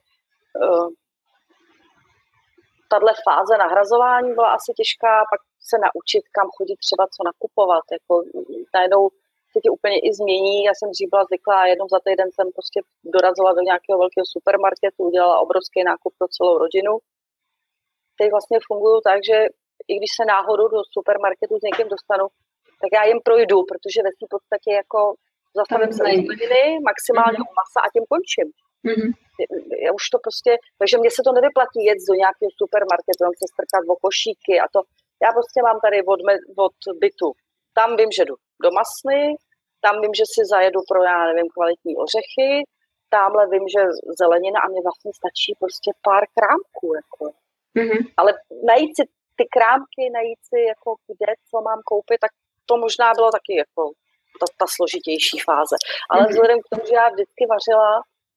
tahle fáze nahrazování byla asi těžká, pak se naučit, kam chodit třeba, co nakupovat. Jako najednou se ti úplně i změní. Já jsem dřív byla zvyklá, jednou za týden jsem prostě dorazila do nějakého velkého supermarketu, udělala obrovský nákup pro celou rodinu. Teď vlastně fungují tak, že i když se náhodou do supermarketu s někým dostanu, tak já jim projdu, protože ve v podstatě jako zastavím se u hodiny, maximálně u masa a tím končím. Já už to prostě, takže mně se to nevyplatí jet do nějakého supermarketu, tam se strkat o košíky a to. Já prostě mám tady od bytu. Tam vím, že jdu do masny, tam vím, že si zajedu pro, já nevím, kvalitní ořechy, tamhle vím, že zelenina a mě vlastně stačí prostě pár krámků. Jako. Ale najít si ty krámky, najít si jako kde, co mám koupit, tak to možná bylo taky jako ta složitější fáze. Ale vzhledem k tomu, že já vždycky vařila,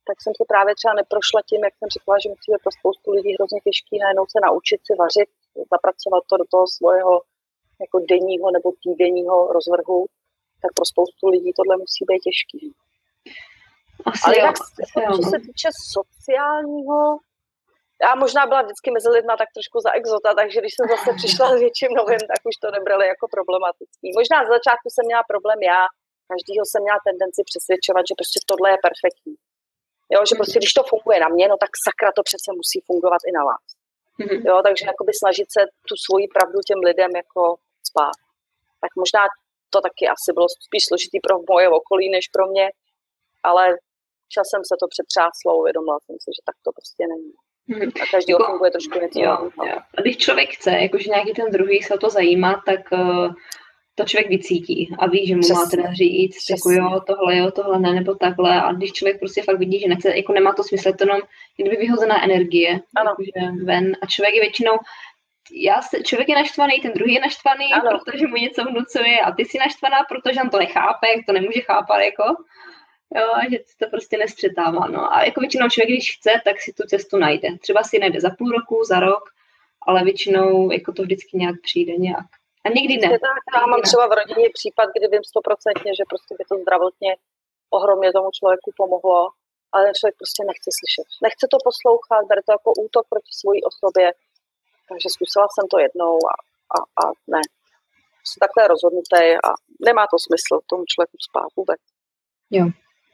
tak jsem se právě třeba neprošla tím, jak jsem říkala, že musí být pro spoustu lidí hrozně těžký najednou se naučit si vařit, zapracovat to do toho svého jako denního nebo týdenního rozvrhu, tak pro spoustu lidí tohle musí být těžký. Ale jinak, co se týče sociálního, já možná byla vždycky mezi lidma tak trošku za exota, takže když jsem zase přišla s něčím novým, tak už to nebrali jako problematický. Možná z začátku jsem měla problém já, každýho jsem měla tendenci přesvědčovat, že prostě tohle je perfektní. Jo, že prostě když to funguje na mě, no tak sakra to přece musí fungovat i na vás. Jo, takže jakoby snažit se tu svoji pravdu těm lidem jako spát. Tak možná to taky asi bylo spíš složitý pro moje okolí, než pro mě, ale časem se to přetřáslo, uvědomila jsem si, že tak to prostě není. A každý funguje trošku něco. A když člověk chce, jakože nějaký ten druhý se o to zajímá, tak to člověk vycítí a ví, že mu má teda říct, jako jo, tohle ne, nebo takhle. A když člověk prostě fakt vidí, že nechce, jako nemá to smysl, to jenom kdyby vyhozená energie, jakože ven. A člověk je většinou, člověk je naštvaný, ten druhý je naštvaný, protože mu něco vnucuje a ty jsi naštvaná, protože on to nechápe, to nemůže chápat, jako. Jo, že to prostě nestřetává, no. A jako většinou člověk, když chce, tak si tu cestu najde. Třeba si ji najde za půl roku, za rok, ale většinou jako to vždycky nějak přijde nějak. A někdy ne. Já mám třeba v rodině případ, kdy vím 100%, že prostě by to zdravotně ohromně tomu člověku pomohlo, ale ten člověk prostě nechce slyšet. Nechce to poslouchat, bere to jako útok proti své osobě. Takže zkusila jsem to jednou a ne. Jsem takhle rozhodnutý a nemá to smysl tomu člověku spát vůbec. Jo.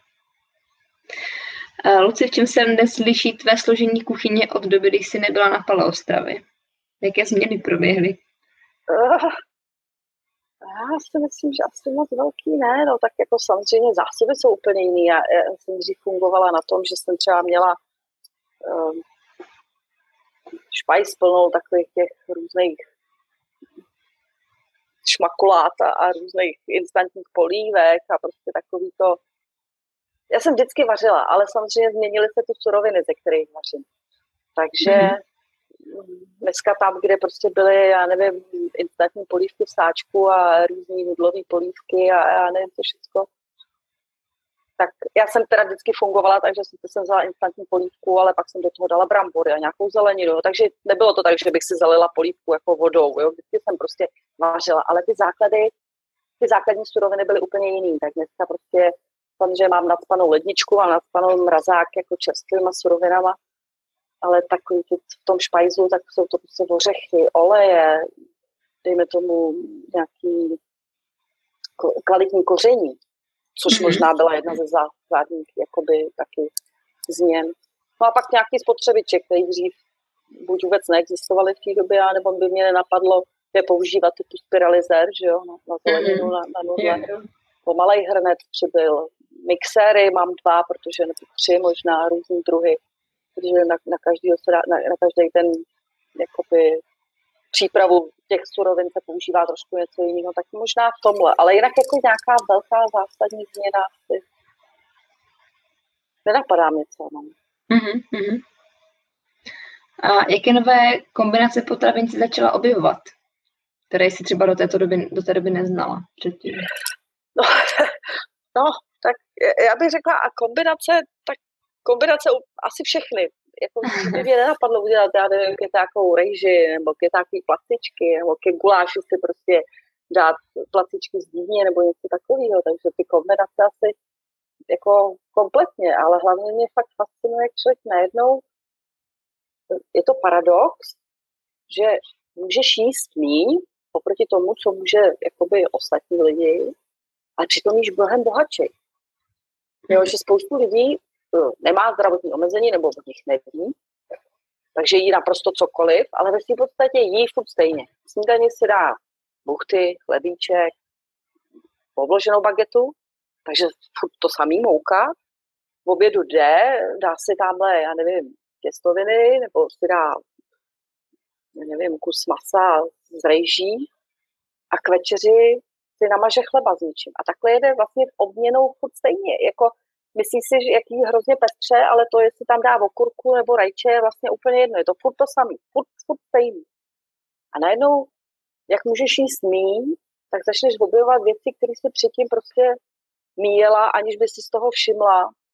Luci, v čem se dnes liší tvé složení kuchyně od doby, když jsi nebyla na Paleostravě? Jaké změny proběhly? Já si myslím, že asi moc velký ne, no tak jako samozřejmě zásoby jsou úplně jiný. Já jsem dřív fungovala na tom, že jsem třeba měla špajs plnou takových těch různých šmakulát a různých instantních polívek a prostě takový to. Já jsem vždycky vařila, ale samozřejmě změnily se tu suroviny, ze kterých vařím. Takže dneska tam, kde prostě byly, já nevím, instantní polívky v sáčku a různý nudlové polívky a já nevím, co všechno. Tak já jsem teda vždycky fungovala, takže jsem vzala instantní polívku, ale pak jsem do toho dala brambory a nějakou zeleninu. Takže nebylo to tak, že bych si zalila polívku jako vodou. Jo? Vždycky jsem prostě vařila, ale ty základní suroviny byly úplně jiný. Tak dneska prostě že mám nacpanou ledničku a nacpanou mrazák jako čerstvýma surovinama, ale takový v tom špajzu, tak jsou to prostě ořechy, oleje, dejme tomu nějaký kvalitní koření, což možná byla jedna ze základních jakoby taky změn. No a pak nějaký spotřebiček, který dřív buď vůbec neexistovaly v té době, nebo by mě nenapadlo je používat typu spiralizér, že jo, na zeleninu, na nudle. Pomalej hrnec přibyl. Mixéry mám 2, protože nebo 3 možná různý druhy, protože na každý ten jakoby, přípravu těch surovin se používá trošku něco jiného, tak možná v tomhle. Ale jinak jako nějaká velká zásadní změna nenapadá mě, co mám. A jaké nové kombinace potravin si začala objevovat, které jsi třeba do té doby neznala předtím? No, tak já bych řekla, a kombinace asi všechny. Jako by mě nenapadlo udělat, já nevím, kytákovou rejži, nebo kytákový placičky, nebo ke guláši si prostě dát placičky z dýně, nebo něco takového. Takže ty kombinace asi jako kompletně, ale hlavně mě fakt fascinuje, jak člověk najednou, je to paradox, že můžeš jíst míň oproti tomu, co může jakoby ostatní lidi, a přitom jíš mnohem bohatšej. Jo, že spoustu lidí nemá zdravotní omezení nebo o nich neví, takže jí naprosto cokoliv, ale ve svým podstatě jí furt stejně. V snídani si dá buchty, chlebíček, obloženou bagetu, takže furt to samý mouka. V obědu dá si tamhle, já nevím, těstoviny, nebo si dá, já nevím, kus masa z rejží a k večeři si namaže chleba s něčím. A takhle jede vlastně obměnou furt stejně. Jako myslí si, že jaký hrozně pestře, ale to, jestli tam dá okurku nebo rajče, je vlastně úplně jedno. Je to furt to samý. Furt stejný. A najednou, jak můžeš jíst míň, tak začneš objevovat věci, které jsi předtím prostě míjela, aniž by si z toho všimla.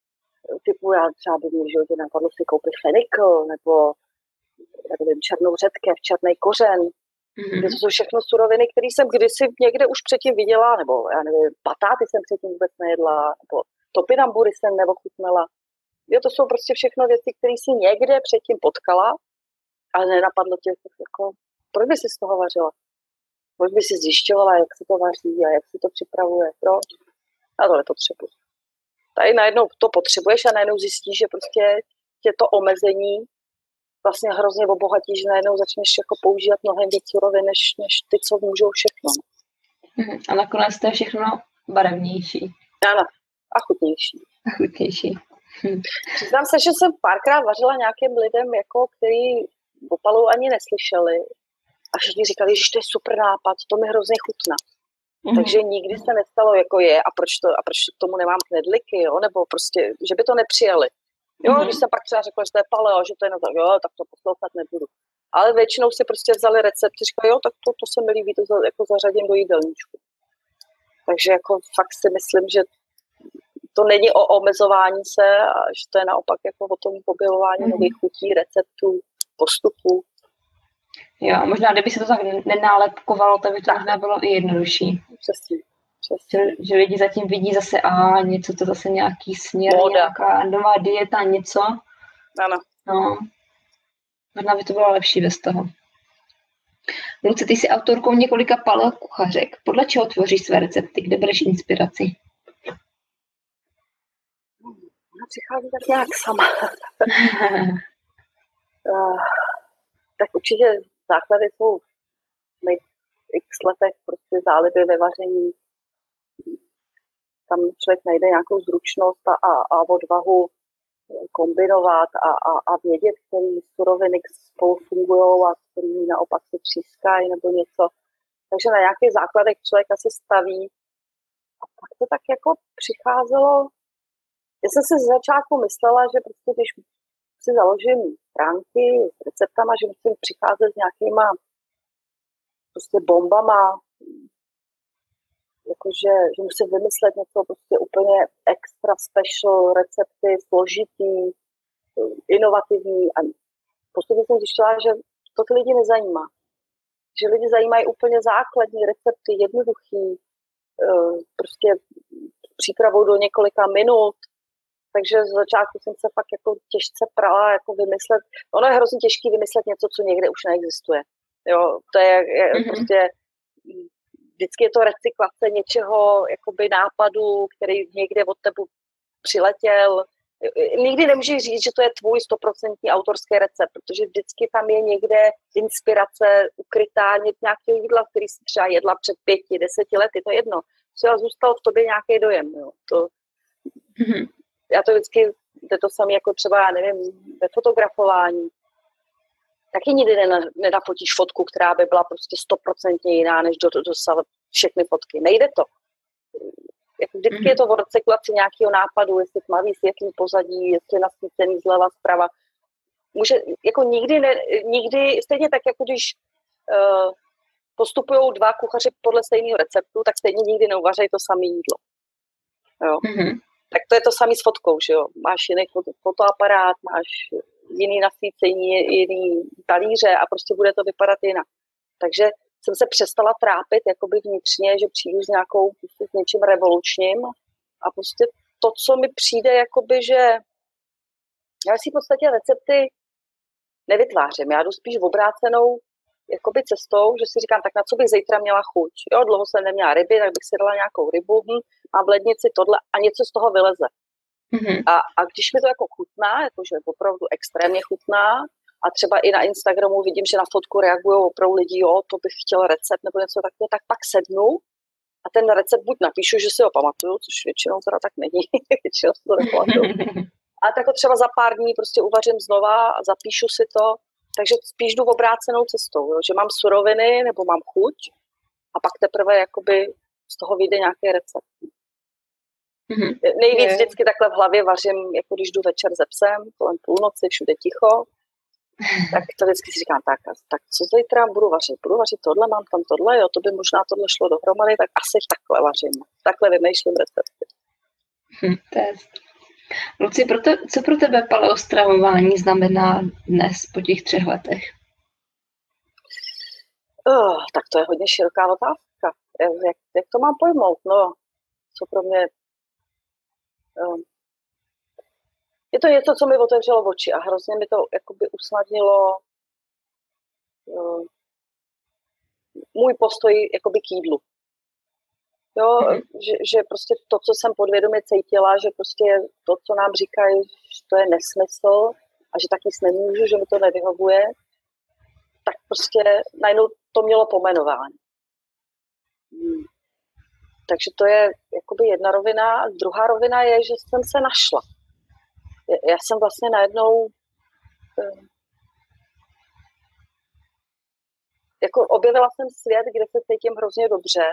typu já třeba by mě v životě napadlo si koupit fenikl, nebo já nevím, černou řetkev, černý kořen. To jsou všechno suroviny, které jsem kdysi někde už předtím viděla, nebo já nevím, patáty jsem předtím vůbec nejedla, nebo topinambury jsem neochutnala. Jo, to jsou prostě všechno věci, které si někde předtím potkala, ale nenapadlo tě, jako, proč by si z toho vařila? Proč by si zjišťovala, jak se to vaří a jak se to připravuje, proč? A to nepotřebuji. Tady najednou to potřebuješ a najednou zjistíš, že prostě tě to omezení vlastně hrozně obohatí, že najednou začneš jako používat mnohem víc surovin, než ty, co můžou všechno. A nakonec to je všechno barevnější. Ano, a chutnější. Přiznám se, že jsem párkrát vařila nějakým lidem, jako, který o palu ani neslyšeli. A všichni říkali, že to je super nápad, to mi hrozně chutná. Takže nikdy se nestalo, jako je, a proč k tomu nemám knedliky, jo? Nebo prostě, že by to nepřijali. Jo, když jsem pak třeba řekla, že to je paleo, že to je jo, tak to poslouchat nebudu. Ale většinou si prostě vzali recept, říkali, jo, tak to se mi líbí, to jako zařadím do jídelníčku. Takže jako fakt si myslím, že to není o omezování se, a že to je naopak jako o tom objevování nových chutí, receptů, postupů. Jo, možná kdyby se to tak nenálepkovalo, tak by to možná bylo i jednodušší. Přesně. Že lidi zatím vidí zase něco, to zase nějaký směr, nějaká nová dieta, něco. Ano. No, možná by to bylo lepší bez toho. Luci, ty jsi autorkou několika paleo kuchařek. Podle čeho tvoříš své recepty? Kde bereš inspiraci? Ona přichází tak nějak sama. Tak určitě základy jsou v x letech prostě záliby ve vaření. Tam člověk najde nějakou zručnost a odvahu kombinovat a vědět, který suroviny spolu fungují a který naopak se třískají nebo něco. Takže na nějakých základech člověk asi staví. A pak to tak jako přicházelo. Já jsem si z začátku myslela, že prostě když si založím stránky s receptama, že musím přicházet s nějakýma prostě bombama, jakože že musím vymyslet něco prostě úplně extra special, recepty, složitý, inovativní. A postupně jsem zjišťila, že to ty lidi nezajímá. Že lidi zajímají úplně základní recepty, jednoduchý, prostě přípravou do několika minut. Takže z začátku jsem se fakt jako těžce prala jako vymyslet. Ono je hrozně těžké vymyslet něco, co někde už neexistuje. Jo, to je prostě vždycky je to recyklace něčeho, jakoby nápadu, který někde od tebe přiletěl. Nikdy nemůžeš říct, že to je tvůj 100% autorský recept, protože vždycky tam je někde inspirace ukrytá nějakého jídla, který jsi třeba jedla před 5-10 lety, to je jedno. Třeba zůstal v tobě nějaký dojem. Jo. Já to vždycky, to je to samé jako třeba, já nevím, ve fotografování. Taky nikdy nenafotíš fotku, která by byla prostě 100% jiná, než dosávat všechny fotky. Nejde to. Jako vždycky je to o recyklaci nějakého nápadu, jestli tmavý světlý pozadí, jestli nasvícený zleva, zprava. Jako nikdy, stejně tak, jako když postupují dva kuchaři podle stejného receptu, tak stejně nikdy neuvařejí to samé jídlo. Jo. Tak to je to samé s fotkou, že jo. Máš jiný fotoaparát, máš jiný nasvícení, jiný talíře a prostě bude to vypadat jinak. Takže jsem se přestala trápit jakoby vnitřně, že přijdu s něčím revolučním a prostě to, co mi přijde, jakoby, že já si v podstatě recepty nevytvářím. Já jdu spíš obrácenou jakoby cestou, že si říkám, tak na co bych zítra měla chuť. Jo, dlouho jsem neměla ryby, tak bych si dala nějakou rybu, mám v lednici tohle a něco z toho vyleze. A když mi to jako chutná, jakože opravdu extrémně chutná, a třeba i na Instagramu vidím, že na fotku reagují opravdu lidi, jo, to bych chtěl recept nebo něco takového, tak pak sednu a ten recept buď napíšu, že si ho pamatuju, což většinou teda tak není, většinou si to nepamatuju. A tak ho třeba za pár dní prostě uvařím znova a zapíšu si to, takže spíš jdu obrácenou cestou, jo, že mám suroviny nebo mám chuť a pak teprve jakoby z toho vyjde nějaký recept. Nejvíc vždycky takhle v hlavě vařím, jako když jdu večer se psem, kolem půlnoci, všude ticho, tak to vždycky si říkám, tak co zítra budu vařit? Budu vařit tohle, mám tam tohle, jo, to by možná tohle šlo dohromady, tak asi takhle vařím. Takhle vymýšlím recepty. Luci, co pro tebe paleostravování znamená dnes po těch 3 letech? Tak to je hodně široká otázka. Jak to mám pojmout? No, co pro mě... Je to něco, co mi otevřelo oči a hrozně mi to jakoby usnadnilo můj postoj jakoby k jídlu. Jo, že prostě to, co jsem podvědomě cítila, že prostě to, co nám říkají, že to je nesmysl a že tak nic nemůžu, že mi to nevyhovuje, tak prostě najednou to mělo pomenování. Takže to je jakoby jedna rovina. A druhá rovina je, že jsem se našla. Já jsem vlastně najednou jako objevila jsem svět, kde se cítím hrozně dobře.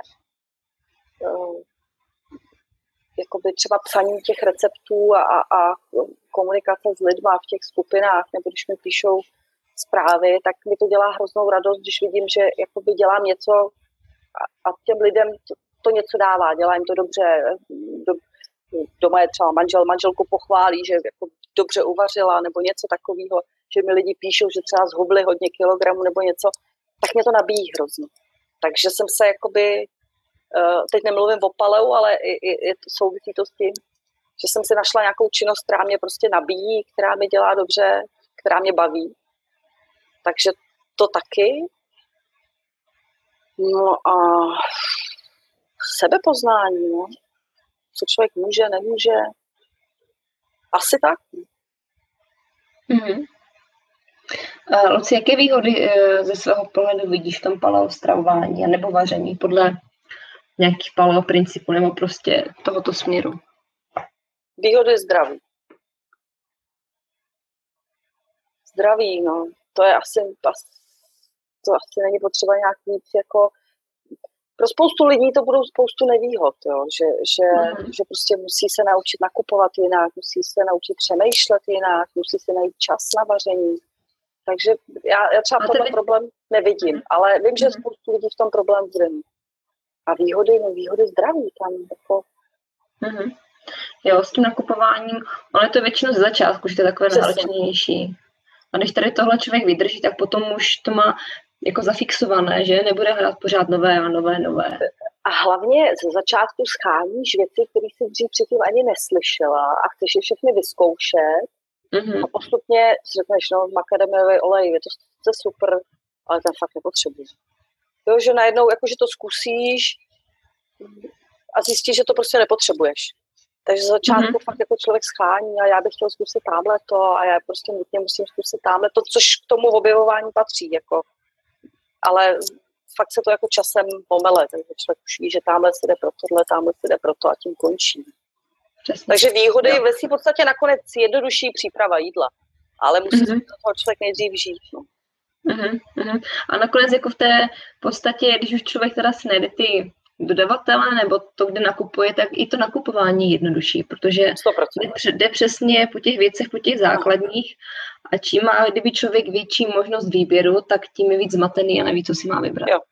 Jakoby třeba psaní těch receptů a komunikace s lidma v těch skupinách, nebo když mi píšou zprávy, tak mi to dělá hroznou radost, když vidím, že jakoby dělám něco a těm lidem to něco dává, dělá jim to dobře. Doma je třeba manželku pochválí, že jako dobře uvařila nebo něco takového, že mi lidi píšou, že třeba zhubli hodně kilogramů nebo něco, tak mě to nabíjí hrozně. Takže jsem se jakoby, teď nemluvím o paleu, ale souvisí to s tím, že jsem si našla nějakou činnost, která mě prostě nabíjí, která mi dělá dobře, která mě baví. Takže to taky. No a sebepoznání, no. Co člověk může, nemůže. Asi tak. Mm-hmm. Luci, jaké výhody ze svého pohledu vidíš v tom paleostravování nebo vaření podle nějakých paleo principů nebo prostě tohoto směru? Výhody zdraví. Zdraví, no. To je asi není potřeba nějak víc jako... Pro spoustu lidí to budou spoustu nevýhod, jo? Že prostě musí se naučit nakupovat jinak, musí se naučit přemýšlet jinak, musí se najít čas na vaření. Takže já třeba tohle problém nevidím, ale vím, že spoustu lidí v tom problém bude. A výhody zdraví tam jako... Jo, s tím nakupováním, ono je to většinou z začátku, že to je takové náročnější. A když tady tohle člověk vydrží, tak potom už to má jako zafixované, že nebude hledat pořád nové. A hlavně ze začátku scháníš věci, které jsi dřív předtím ani neslyšela a chceš je všechny vyzkoušet. A postupně si řekneš, no, makadamiový olej, je to super, ale ten fakt nepotřebuji. Jo, že najednou jakože to zkusíš a zjistíš, že to prostě nepotřebuješ. Takže z začátku fakt jako člověk schání a já bych chtěl zkusit támhleto a já prostě nutně musím zkusit támhleto, což k tomu objevování patří. Jako. Ale fakt se to jako časem pomele, takže člověk už ví, že tamhle si jde pro tohle, tamhle si jde pro to a tím končí. Přesně. Takže výhody ve v podstatě nakonec jednodušší příprava jídla, ale musí se toho člověk nejdřív žít. No. A nakonec jako v té podstatě, když už člověk teda si najde ty dodavatele nebo to, kde nakupuje, tak i to nakupování je jednodušší, protože jde přesně po těch věcech, po těch základních a čím má kdyby člověk větší možnost výběru, tak tím je víc zmatený a neví, co si má vybrat. Jo.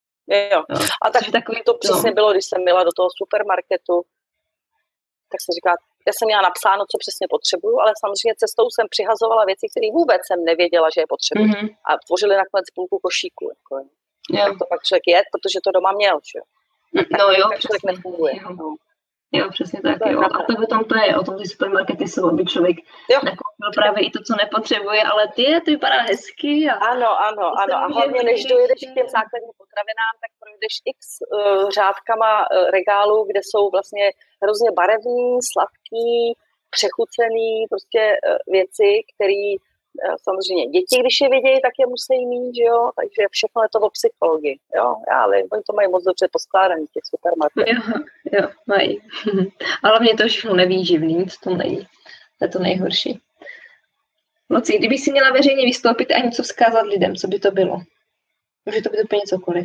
A tak takový to přesně bylo, když jsem měla do toho supermarketu, tak jsem říkala, já jsem měla napsáno, co přesně potřebuju, ale samozřejmě cestou jsem přihazovala věci, které vůbec jsem nevěděla, že je potřebuju. A tvořily nakonec půlku košíku. Jako. Tak to pak člověk je, protože to doma měl, že? Člověk nefunguje. Jo, přesně tak. Jo. A to je o tom, ty supermarkety jsou, aby člověk nakoupil právě i to, co nepotřebuje, ale to vypadá hezky. Ano. A hlavně, než dojedeš k těm základním potravinám, tak projdeš x řádkama regálů, kde jsou vlastně hrozně barevný, sladký, přechucený prostě věci, které samozřejmě děti, když je vidějí, tak je musí mít, že jo, takže všechno je to o psychologii, jo, ale oni to mají moc dobře poskládaný v těch supermarketech. Jo, mají. Ale hlavně to všechno nevýživný, nic to není. To je to nejhorší. Luci, kdyby si měla veřejně vystoupit a něco vzkázat lidem, co by to bylo? Může to být úplně cokoliv.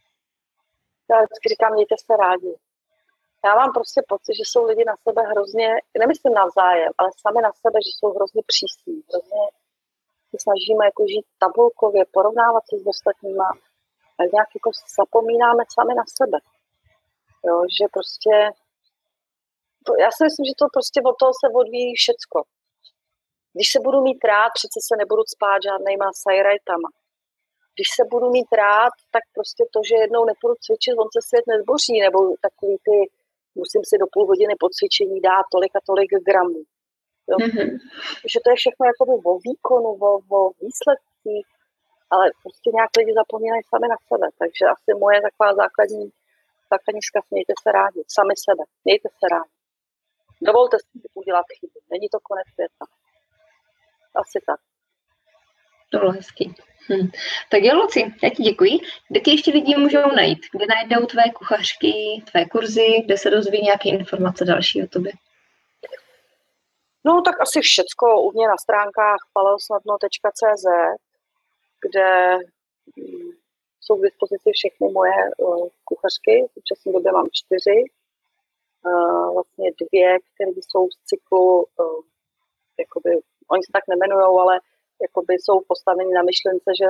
Já vždycky říkám, mějte se rádi. Já mám prostě pocit, že jsou lidi na sebe hrozně, nemyslím navzájem, ale sami na sebe, že jsou hrozně přísní, hrozně se snažíme jako žít tabulkově, porovnávat se s ostatníma, ale nějak jako zapomínáme sami na sebe. Jo, že prostě Já si myslím, že to prostě od toho se odvíjí všecko. Když se budu mít rád, přece se nebudu spát žádnejma sajrajtama. Když se budu mít rád, tak prostě to, že jednou nepůjdu cvičit, on se svět nezboří, nebo takový ty, musím si do půl hodiny po cvičení dát tolik a tolik gramů. Jo? Že to je všechno jakoby o výkonu, o výsledcích, ale prostě nějak lidi zapomínají sami na sebe. Takže asi moje taková základní vzkaz, mějte se rádi, sami sebe, mějte se rádi. Dovolte si udělat chyby, není to konec světa. Asi tak. To bylo hezký. Tak jo, Luci, já ti děkuji. Kde ti ještě lidi můžou najít? Kde najdou tvé kuchařky, tvé kurzy, kde se dozví nějaké informace další o tobě? No tak asi všecko u mě na stránkách paleosnadno.cz, kde jsou k dispozici všechny moje kuchařky. V současné době mám 4. Vlastně 2, které jsou z cyklu, jakoby, oni se tak nemenujou, ale jakoby jsou postaveni na myšlence, že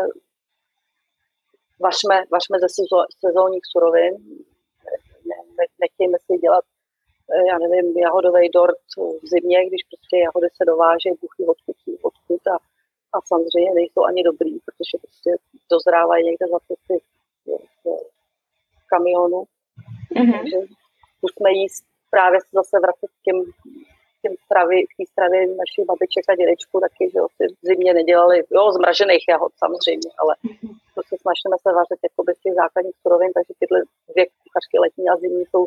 vařme ze sezónních surovin. Nechtějme si dělat, já nevím, jahodový dort v zimě, když prostě jahody se dovážejí, buchy odkud a samozřejmě nejsou ani dobrý, protože prostě dozrávají někde za cesty v kamionu. Takže zkusme jíst, právě se zase vracet k té stravě našich babiček a dědečků taky, že si v zimě nedělali, zmražených jahod samozřejmě, ale prostě snažíme se vařit jakoby z těch základních surovin, takže tyhle 2 kuchařky letní a zimní jsou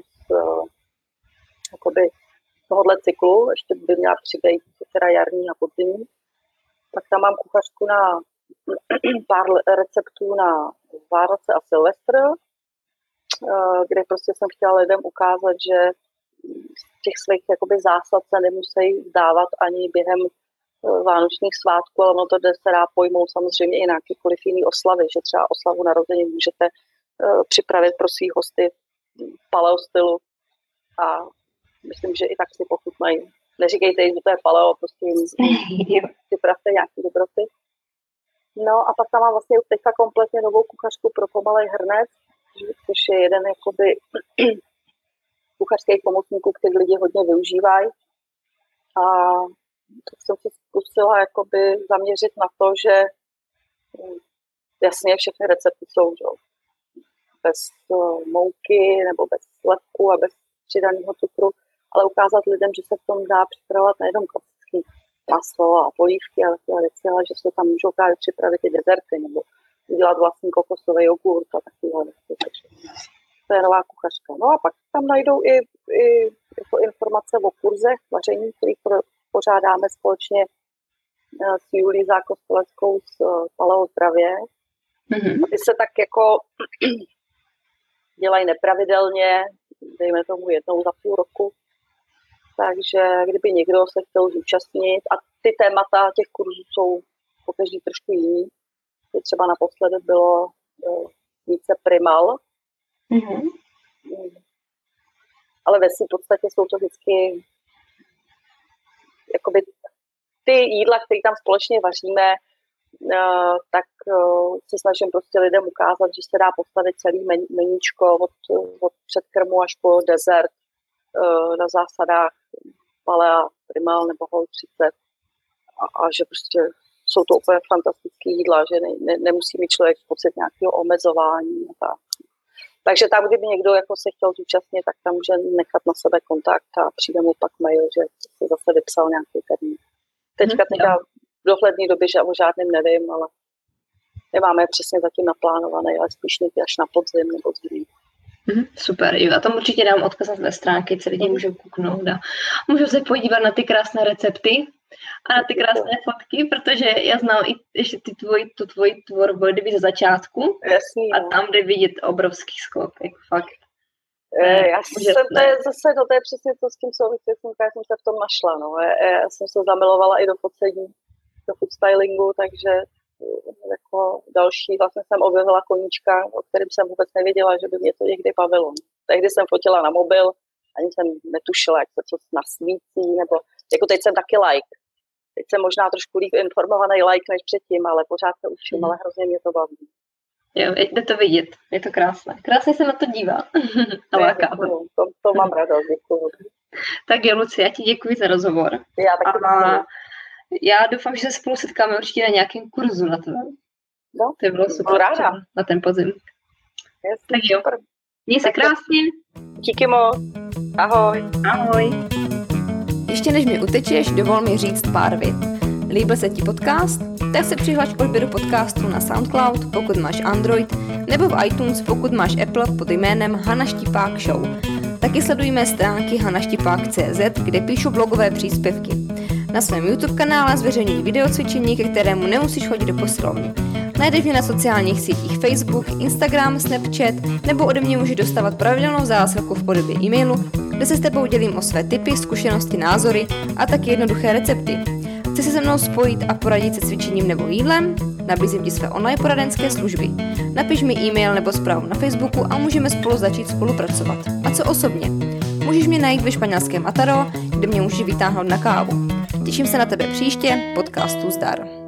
jakoby tohohle cyklu, ještě by měla přibýt teda jarní a podzimní. Tak tam mám kuchařku na pár receptů na Vánoce a Silvestr, kde prostě jsem chtěla lidem ukázat, že z těch svých jakoby zásad se nemusí vzdávat ani během vánočních svátků, ale ono to se dá pojmout samozřejmě i na jakýkoliv jiný oslavy, že třeba oslavu narozenin můžete připravit pro svý hosty paleo stylu a myslím, že i tak si pochutnají. Neříkejte jim, že to je paleo, prostě jim připravte nějaký dobroty. No a pak tam mám vlastně teďka kompletně novou kuchařku pro pomalej hrnec, což je jeden jakoby kuchařských pomocníků, který lidi hodně využívají. A tak jsem se zkusila jakoby zaměřit na to, že jasně všechny recepty jsou bez mouky nebo bez slepku a bez přidaného cukru, ale ukázat lidem, že se v tom dá připravovat nejenom klasický maso a polívky, ale věci, ale že se tam můžou právě připravit i dezerty nebo udělat vlastní kokosový jogurt a takovéhle věci. To je nová kuchařka. No a pak tam najdou i jako informace o kurzech vaření, který pořádáme společně s Julí Zákostoleckou z Paleo zdravě. A ty se tak jako dělají nepravidelně, dejme tomu jednou za půl roku. Takže kdyby někdo se chtěl zúčastnit a ty témata těch kurzů jsou po každý trošku jiný. Třeba naposledy bylo více primal. Ale ve v podstatě jsou to vždycky jakoby ty jídla, které tam společně vaříme, tak se snažím prostě lidem ukázat, že se dá postavit celý meníčko od předkrmu až po dezert na zásadách palea, primal nebo hol 30 a že prostě jsou to úplně fantastické jídla, že nemusí mít člověk pocit nějakého omezování a tak. Takže tam, kdyby někdo jako se chtěl zúčastnit, tak tam může nechat na sebe kontakt a přijde mu pak mail, že se zase vypsal nějaký termín. Teďka v dohledné době, že o žádným nevím, ale nemáme přesně zatím naplánované, ale spíš někdy až na podzim nebo zimí. Super, jo, a tam určitě dám odkaz na stránky, co lidi můžou kouknout a můžou se podívat na ty krásné recepty a na ty krásné fotky, protože já znám i ještě tu tvoji tvorbu kdyby ze začátku. Jasný, a tam jde vidět obrovský skok, jako fakt. To je přesně to s tím souvisí, já jsem se v tom našla, no. Já jsem se zamilovala i do focení, do food stylingu, takže jako další, vlastně jsem objevila koníčka, o kterém jsem vůbec nevěděla, že by mě to někdy bavilo. Tehdy jsem fotila na mobil, ani jsem netušila, jak se co nasvící, nebo jako teď jsem taky like. Teď jsem možná trošku líp informovaný like než předtím, ale pořád se učím, ale hrozně mě to baví. Jo, jde to vidět, je to krásné. Krásně se na to dívá. To mám radost, děkuju. Tak jo, Luci, já ti děkuji za rozhovor. Já taky děkuji. Já doufám, že se spolu setkáme určitě na nějakém kurzu na to. No, To bylo super. ráda. Na ten podzim. Jasně, Tak jo. super. Měj se krásně. Díky moc. Ahoj. Ahoj. Ještě než mi utečeš, dovol mi říct pár vět. Líbil se ti podcast? Tak se přihlaš k odběru podcastu na SoundCloud, pokud máš Android, nebo v iTunes, pokud máš Apple pod jménem Hana Štipák Show. Taky sleduj mé stránky hanaštipák.cz, kde píšu blogové příspěvky. Na svém YouTube kanále zveřejňuji videocvičení, ke kterému nemusíš chodit do posilovny. Najdeš mě na sociálních sítích Facebook, Instagram, Snapchat, nebo ode mě můžeš dostávat pravidelnou zásilku v podobě e-mailu, kde se s tebou dělím o své tipy, zkušenosti, názory a taky jednoduché recepty. Chci se mnou spojit a poradit se cvičením nebo jídlem? Nabízím ti své online poradenské služby. Napiš mi e-mail nebo zprávu na Facebooku a můžeme spolu začít spolupracovat. A co osobně? Můžeš mě najít ve španělském Ataro, kde mě můžeš vytáhnout na kávu. Těším se na tebe příště, podcastu zdar.